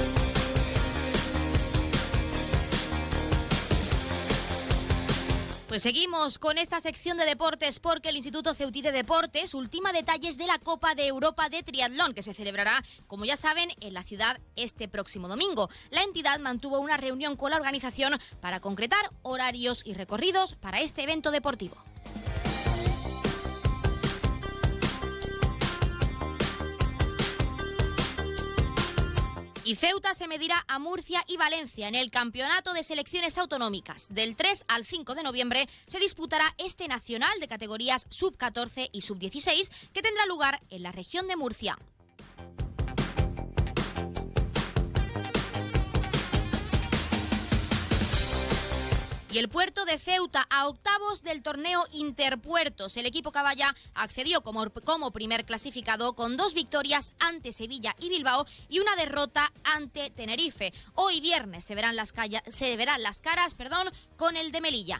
Pues Pues seguimos con esta sección de deportes porque el Instituto Ceutí de Deportes ultima detalles de la Copa de Europa de Triatlón que se celebrará, como ya saben, en la ciudad este próximo domingo. La entidad mantuvo una reunión con la organización para concretar horarios y recorridos para este evento deportivo. Y Ceuta se medirá a Murcia y Valencia en el Campeonato de Selecciones Autonómicas. Del tres al cinco de noviembre se disputará este nacional de categorías sub catorce y sub dieciséis que tendrá lugar en la región de Murcia. Y el puerto de Ceuta a octavos del torneo Interpuertos. El equipo Caballa accedió como, como primer clasificado con dos victorias ante Sevilla y Bilbao y una derrota ante Tenerife. Hoy viernes se verán las, calla, se verán las caras perdón, con el de Melilla.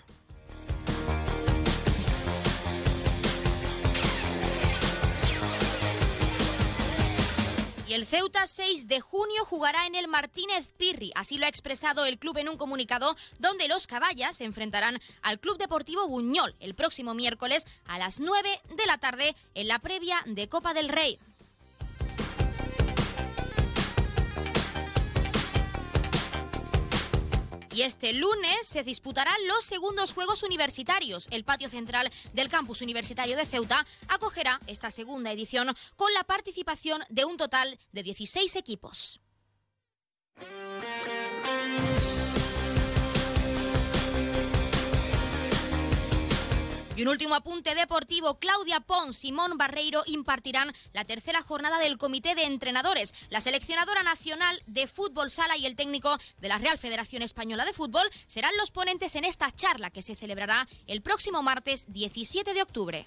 Y el Ceuta seis de junio jugará en el Martínez Pirri, así lo ha expresado el club en un comunicado donde los Caballas se enfrentarán al Club Deportivo Buñol el próximo miércoles a las nueve de la tarde en la previa de Copa del Rey. Y este lunes se disputarán los segundos Juegos Universitarios. El patio central del campus universitario de Ceuta acogerá esta segunda edición con la participación de un total de dieciséis equipos. Y un último apunte deportivo. Claudia Pons, Simón Barreiro impartirán la tercera jornada del Comité de Entrenadores. La seleccionadora nacional de fútbol sala y el técnico de la Real Federación Española de Fútbol serán los ponentes en esta charla que se celebrará el próximo martes diecisiete de octubre.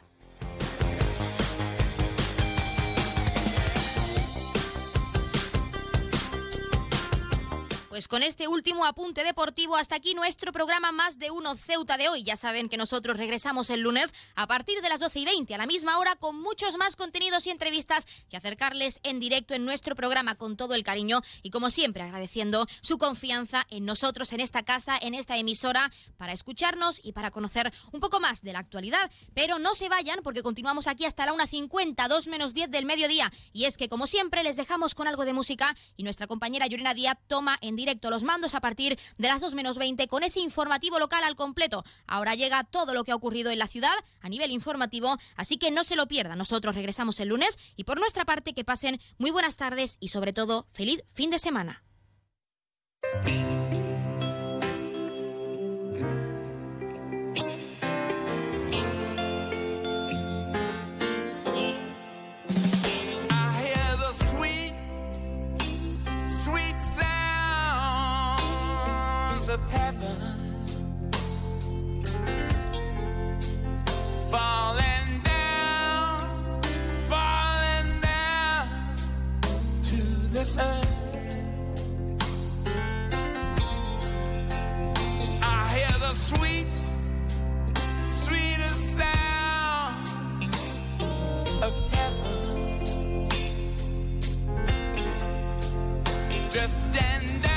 Pues con este último apunte deportivo, hasta aquí nuestro programa Más de Uno Ceuta de hoy. Ya saben que nosotros regresamos el lunes a partir de las doce y veinte, a la misma hora, con muchos más contenidos y entrevistas que acercarles en directo en nuestro programa con todo el cariño y, como siempre, agradeciendo su confianza en nosotros, en esta casa, en esta emisora, para escucharnos y para conocer un poco más de la actualidad. Pero no se vayan porque continuamos aquí hasta la una cincuenta, dos menos diez del mediodía. Y es que, como siempre, les dejamos con algo de música y nuestra compañera Yorena Díaz toma en directo los mandos a partir de las dos menos veinte con ese informativo local al completo. Ahora llega todo lo que ha ocurrido en la ciudad a nivel informativo, así que no se lo pierdan. Nosotros regresamos el lunes y por nuestra parte que pasen muy buenas tardes y sobre todo feliz fin de semana. Of heaven falling down, falling down to this earth. I hear the sweet, sweetest sound of heaven drifting down.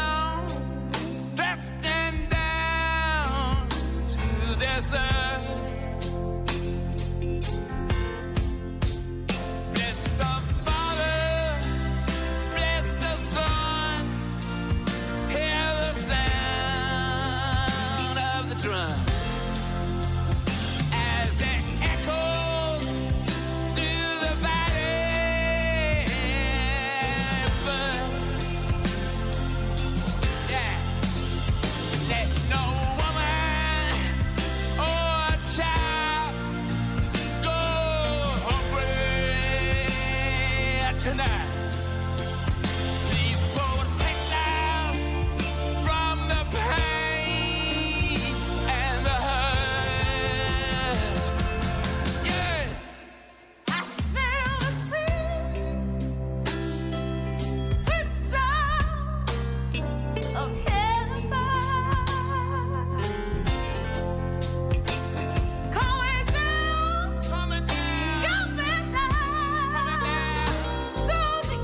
Drifting down to this earth. Bless the Father, bless the Son. Hear the sound of the drum as it echoes through the valley. First, yeah. Let no woman or child go hungry tonight. Please protect us from the pain and the hurt. Yeah, I smell the sweet, sweet sound of heaven. Coming down, coming down, coming down, coming down.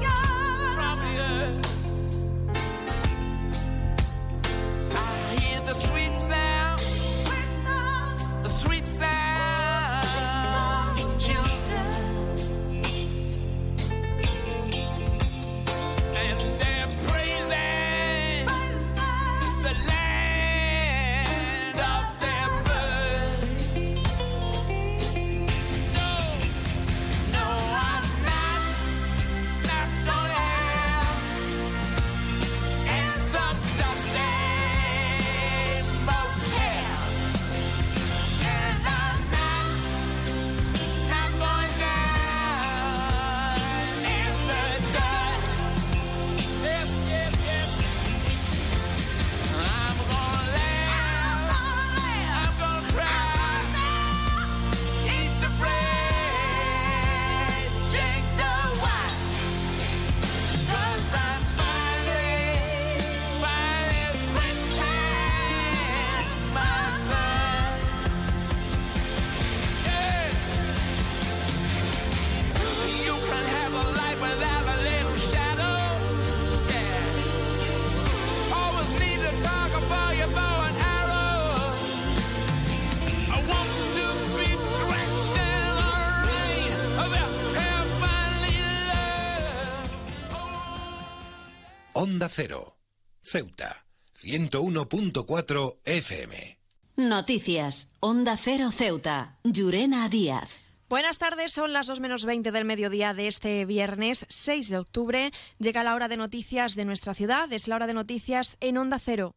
Onda Cero, Ceuta, ciento uno punto cuatro F M. Noticias, Onda Cero Ceuta, Llurena Díaz. Buenas tardes, son las dos menos veinte del mediodía de este viernes seis de octubre. Llega la hora de noticias de nuestra ciudad, es la hora de noticias en Onda Cero.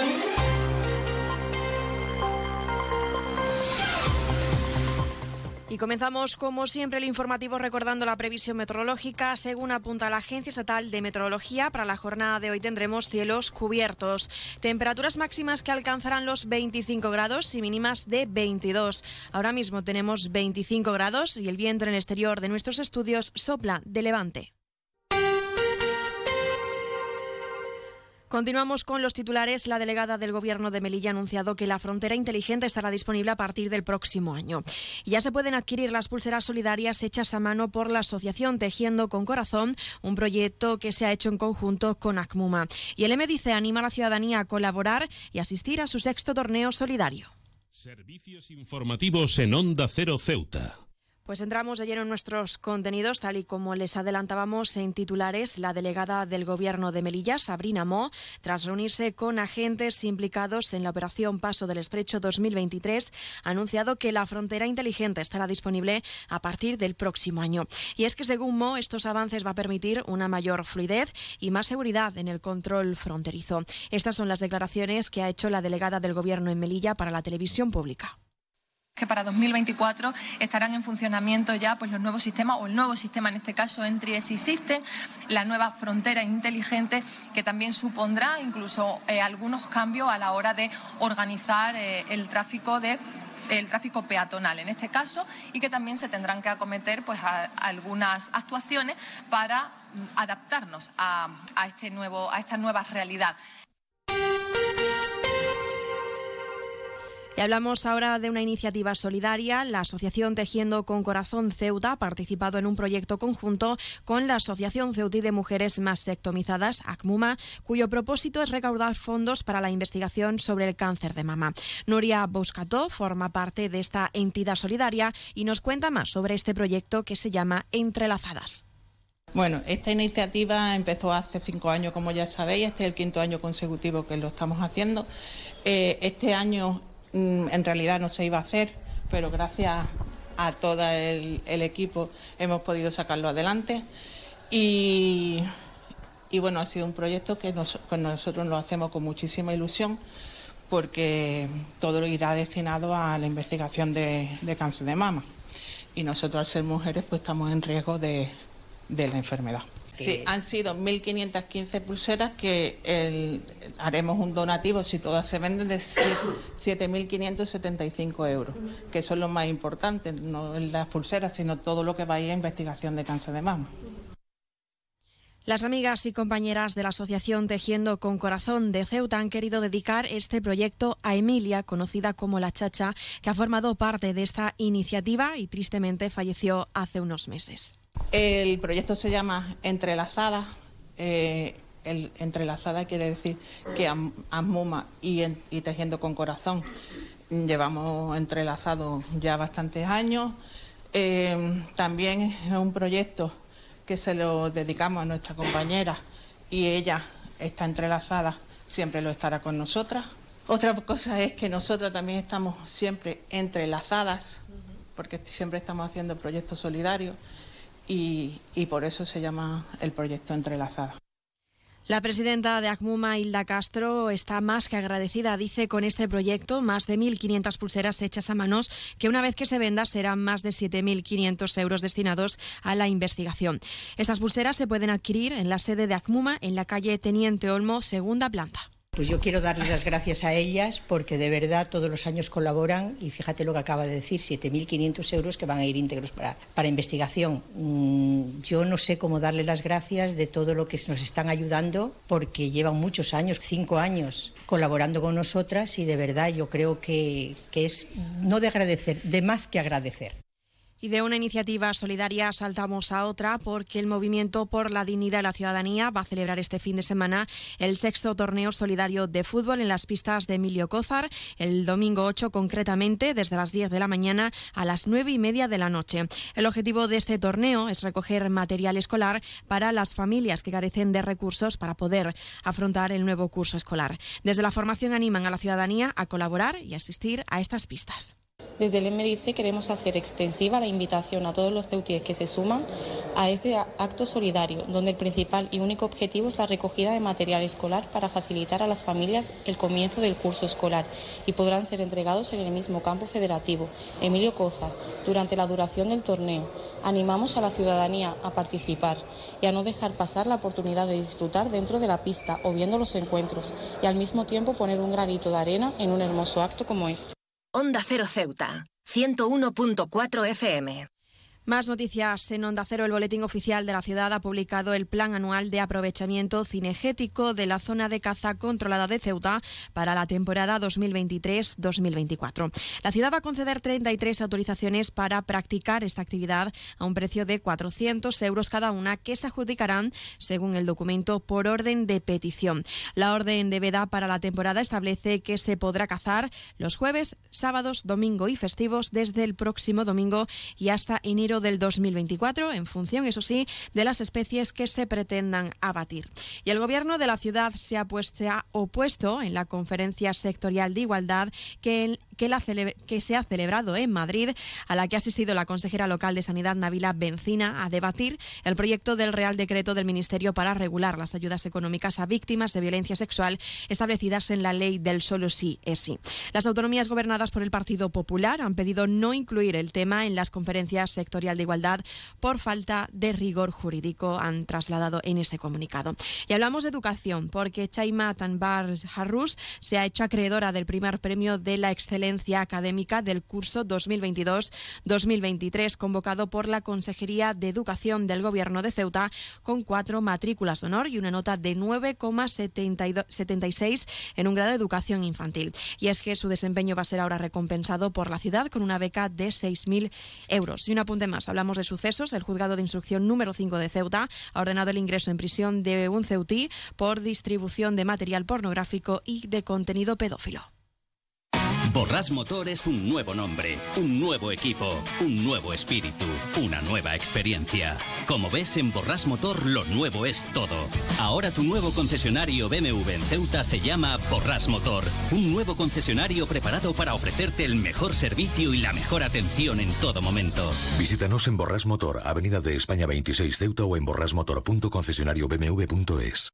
Y comenzamos, como siempre, el informativo recordando la previsión meteorológica. Según apunta la Agencia Estatal de Meteorología, para la jornada de hoy tendremos cielos cubiertos. Temperaturas máximas que alcanzarán los veinticinco grados y mínimas de veintidós. Ahora mismo tenemos veinticinco grados y el viento en el exterior de nuestros estudios sopla de levante. Continuamos con los titulares. La delegada del Gobierno de Melilla ha anunciado que la frontera inteligente estará disponible a partir del próximo año. Ya se pueden adquirir las pulseras solidarias hechas a mano por la asociación Tejiendo con Corazón, un proyecto que se ha hecho en conjunto con ACMUMA. Y el M D C anima a la ciudadanía a colaborar y asistir a su sexto torneo solidario. Servicios informativos en Onda Cero Ceuta. Pues entramos de lleno en nuestros contenidos, tal y como les adelantábamos en titulares. La delegada del Gobierno de Melilla, Sabrina Mo, tras reunirse con agentes implicados en la operación Paso del Estrecho dos mil veintitrés, ha anunciado que la frontera inteligente estará disponible a partir del próximo año. Y es que, según Mo, estos avances va a permitir una mayor fluidez y más seguridad en el control fronterizo. Estas son las declaraciones que ha hecho la delegada del Gobierno en Melilla para la televisión pública. Que para dos mil veinticuatro estarán en funcionamiento ya pues los nuevos sistemas, o el nuevo sistema, en este caso Entry Exit System, la nueva frontera inteligente, que también supondrá incluso eh, algunos cambios a la hora de organizar eh, el tráfico de el tráfico peatonal en este caso, y que también se tendrán que acometer pues a, a algunas actuaciones para adaptarnos a, a este nuevo a esta nueva realidad. Y hablamos ahora de una iniciativa solidaria. La Asociación Tejiendo con Corazón Ceuta ha participado en un proyecto conjunto con la Asociación Ceutí de Mujeres Mastectomizadas, ACMUMA, cuyo propósito es recaudar fondos para la investigación sobre el cáncer de mama. Nuria Boscató forma parte de esta entidad solidaria y nos cuenta más sobre este proyecto que se llama Entrelazadas. Bueno, esta iniciativa empezó hace cinco años, como ya sabéis. Este es el quinto año consecutivo que lo estamos haciendo. Eh, este año en realidad no se iba a hacer, pero gracias a todo el, el equipo hemos podido sacarlo adelante y, y bueno, ha sido un proyecto que, nos, que nosotros lo hacemos con muchísima ilusión, porque todo lo irá destinado a la investigación de, de cáncer de mama, y nosotros, al ser mujeres, pues estamos en riesgo de, de la enfermedad. Sí, han sido mil quinientas quince pulseras que el, haremos un donativo, si todas se venden, de siete mil quinientos setenta y cinco euros, que son los más importantes, no las pulseras, sino todo lo que va a ir a investigación de cáncer de mama. Las amigas y compañeras de la Asociación Tejiendo con Corazón de Ceuta han querido dedicar este proyecto a Emilia, conocida como La Chacha, que ha formado parte de esta iniciativa y tristemente falleció hace unos meses. El proyecto se llama Entrelazada. Eh, el Entrelazada quiere decir que ACMUMA y, y Tejiendo con Corazón llevamos entrelazados ya bastantes años. Eh, también es un proyecto que se lo dedicamos a nuestra compañera, y ella está entrelazada, siempre lo estará con nosotras. Otra cosa es que nosotras también estamos siempre entrelazadas, porque siempre estamos haciendo proyectos solidarios, y, y por eso se llama el proyecto Entrelazada. La presidenta de ACMUMA, Hilda Castro, está más que agradecida, dice, con este proyecto. Más de mil quinientas pulseras hechas a manos, que una vez que se venda serán más de siete mil quinientos euros destinados a la investigación. Estas pulseras se pueden adquirir en la sede de ACMUMA, en la calle Teniente Olmo, segunda planta. Pues yo quiero darles las gracias a ellas, porque de verdad todos los años colaboran, y fíjate lo que acaba de decir, siete mil quinientos euros que van a ir íntegros para, para investigación. Mm, yo no sé cómo darle las gracias de todo lo que nos están ayudando, porque llevan muchos años, cinco años, colaborando con nosotras, y de verdad yo creo que, que es no de agradecer, de más que agradecer. Y de una iniciativa solidaria saltamos a otra porque el Movimiento por la Dignidad de la Ciudadanía va a celebrar este fin de semana el sexto torneo solidario de fútbol en las pistas de Emilio Cózar, el domingo ocho concretamente, desde las diez de la mañana a las nueve y media de la noche. El objetivo de este torneo es recoger material escolar para las familias que carecen de recursos para poder afrontar el nuevo curso escolar. Desde la formación animan a la ciudadanía a colaborar y asistir a estas pistas. Desde el M D I C queremos hacer extensiva la invitación a todos los ceutíes que se suman a este acto solidario, donde el principal y único objetivo es la recogida de material escolar para facilitar a las familias el comienzo del curso escolar y podrán ser entregados en el mismo campo federativo, Emilio Cózar, durante la duración del torneo. Animamos a la ciudadanía a participar y a no dejar pasar la oportunidad de disfrutar dentro de la pista o viendo los encuentros y al mismo tiempo poner un granito de arena en un hermoso acto como este. Onda Cero Ceuta, ciento uno punto cuatro F M. Más noticias en Onda Cero. El Boletín Oficial de la Ciudad ha publicado el Plan Anual de Aprovechamiento Cinegético de la Zona de Caza Controlada de Ceuta para la temporada dos mil veintitrés dos mil veinticuatro. La ciudad va a conceder treinta y tres autorizaciones para practicar esta actividad a un precio de cuatrocientos euros cada una, que se adjudicarán, según el documento, por orden de petición. La orden de veda para la temporada establece que se podrá cazar los jueves, sábados, domingo y festivos desde el próximo domingo y hasta enero del dos mil veinticuatro, en función, eso sí, de las especies que se pretendan abatir. Y el Gobierno de la ciudad se ha, pues, se ha opuesto en la conferencia sectorial de igualdad que, el, que, la cele, que se ha celebrado en Madrid, a la que ha asistido la consejera local de Sanidad, Nabila Bencina, a debatir el proyecto del Real Decreto del Ministerio para regular las ayudas económicas a víctimas de violencia sexual establecidas en la ley del solo sí es sí. Las autonomías gobernadas por el Partido Popular han pedido no incluir el tema en las conferencias sectoriales de Igualdad por falta de rigor jurídico, han trasladado en este comunicado. Y hablamos de educación porque Chaima Tanbar Harrus se ha hecho acreedora del primer premio de la excelencia académica del curso dos mil veintidós dos mil veintitrés convocado por la Consejería de Educación del Gobierno de Ceuta, con cuatro matrículas de honor y una nota de nueve coma setenta y seis en un grado de educación infantil. Y es que su desempeño va a ser ahora recompensado por la ciudad con una beca de seis mil euros. Y un apunte más, hablamos de sucesos. El juzgado de instrucción número cinco de Ceuta ha ordenado el ingreso en prisión de un ceutí por distribución de material pornográfico y de contenido pedófilo. Borràs Motor es un nuevo nombre, un nuevo equipo, un nuevo espíritu, una nueva experiencia. Como ves, en Borràs Motor lo nuevo es todo. Ahora tu nuevo concesionario B M W en Ceuta se llama Borràs Motor. Un nuevo concesionario preparado para ofrecerte el mejor servicio y la mejor atención en todo momento. Visítanos en Borràs Motor, Avenida de España veintiséis Ceuta, o en borrasmotor punto concesionario b m w punto es.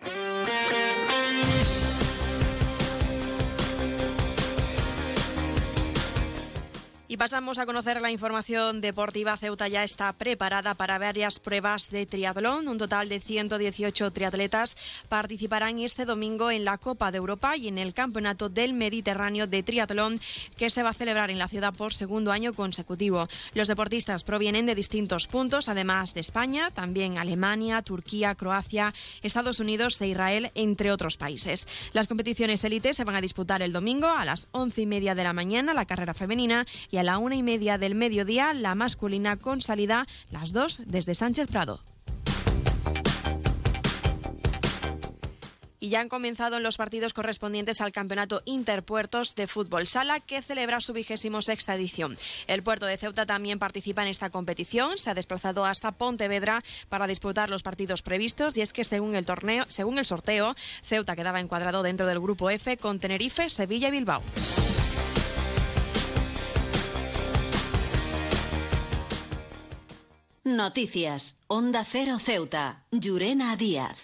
Y pasamos a conocer la información deportiva. Ceuta ya está preparada para varias pruebas de triatlón. Un total de ciento dieciocho triatletas participarán este domingo en la Copa de Europa y en el Campeonato del Mediterráneo de Triatlón, que se va a celebrar en la ciudad por segundo año consecutivo. Los deportistas provienen de distintos puntos, además de España, también Alemania, Turquía, Croacia, Estados Unidos e Israel, entre otros países. Las competiciones élite se van a disputar el domingo a las once y media de la mañana, la carrera femenina, y a la una y media del mediodía la masculina, con salida las dos desde Sánchez Prado. Y ya han comenzado los partidos correspondientes al Campeonato Interpuertos de Fútbol Sala, que celebra su vigésimo sexta edición. El puerto de Ceuta también participa en esta competición. Se ha desplazado hasta Pontevedra para disputar los partidos previstos, y es que según el torneo, según el sorteo, Ceuta quedaba encuadrado dentro del grupo F con Tenerife, Sevilla y Bilbao. Noticias. Onda Cero Ceuta. Llurena Díaz.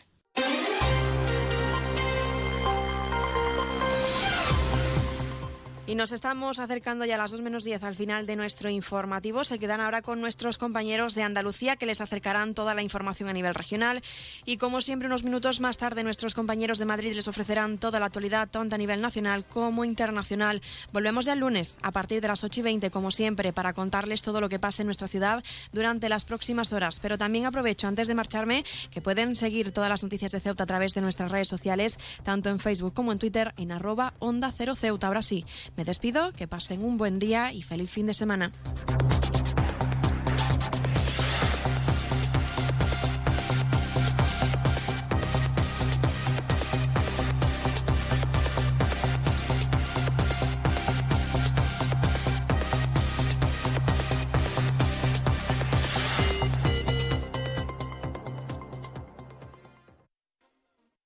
Y nos estamos acercando ya a las dos menos diez al final de nuestro informativo. Se quedan ahora con nuestros compañeros de Andalucía, que les acercarán toda la información a nivel regional. Y como siempre, unos minutos más tarde, nuestros compañeros de Madrid les ofrecerán toda la actualidad, tanto a nivel nacional como internacional. Volvemos ya el lunes a partir de las ocho y veinte, como siempre, para contarles todo lo que pase en nuestra ciudad durante las próximas horas. Pero también aprovecho, antes de marcharme, que pueden seguir todas las noticias de Ceuta a través de nuestras redes sociales, tanto en Facebook como en Twitter, en arroba Onda Cero Ceuta. Ahora sí, me despido, que pasen un buen día y feliz fin de semana.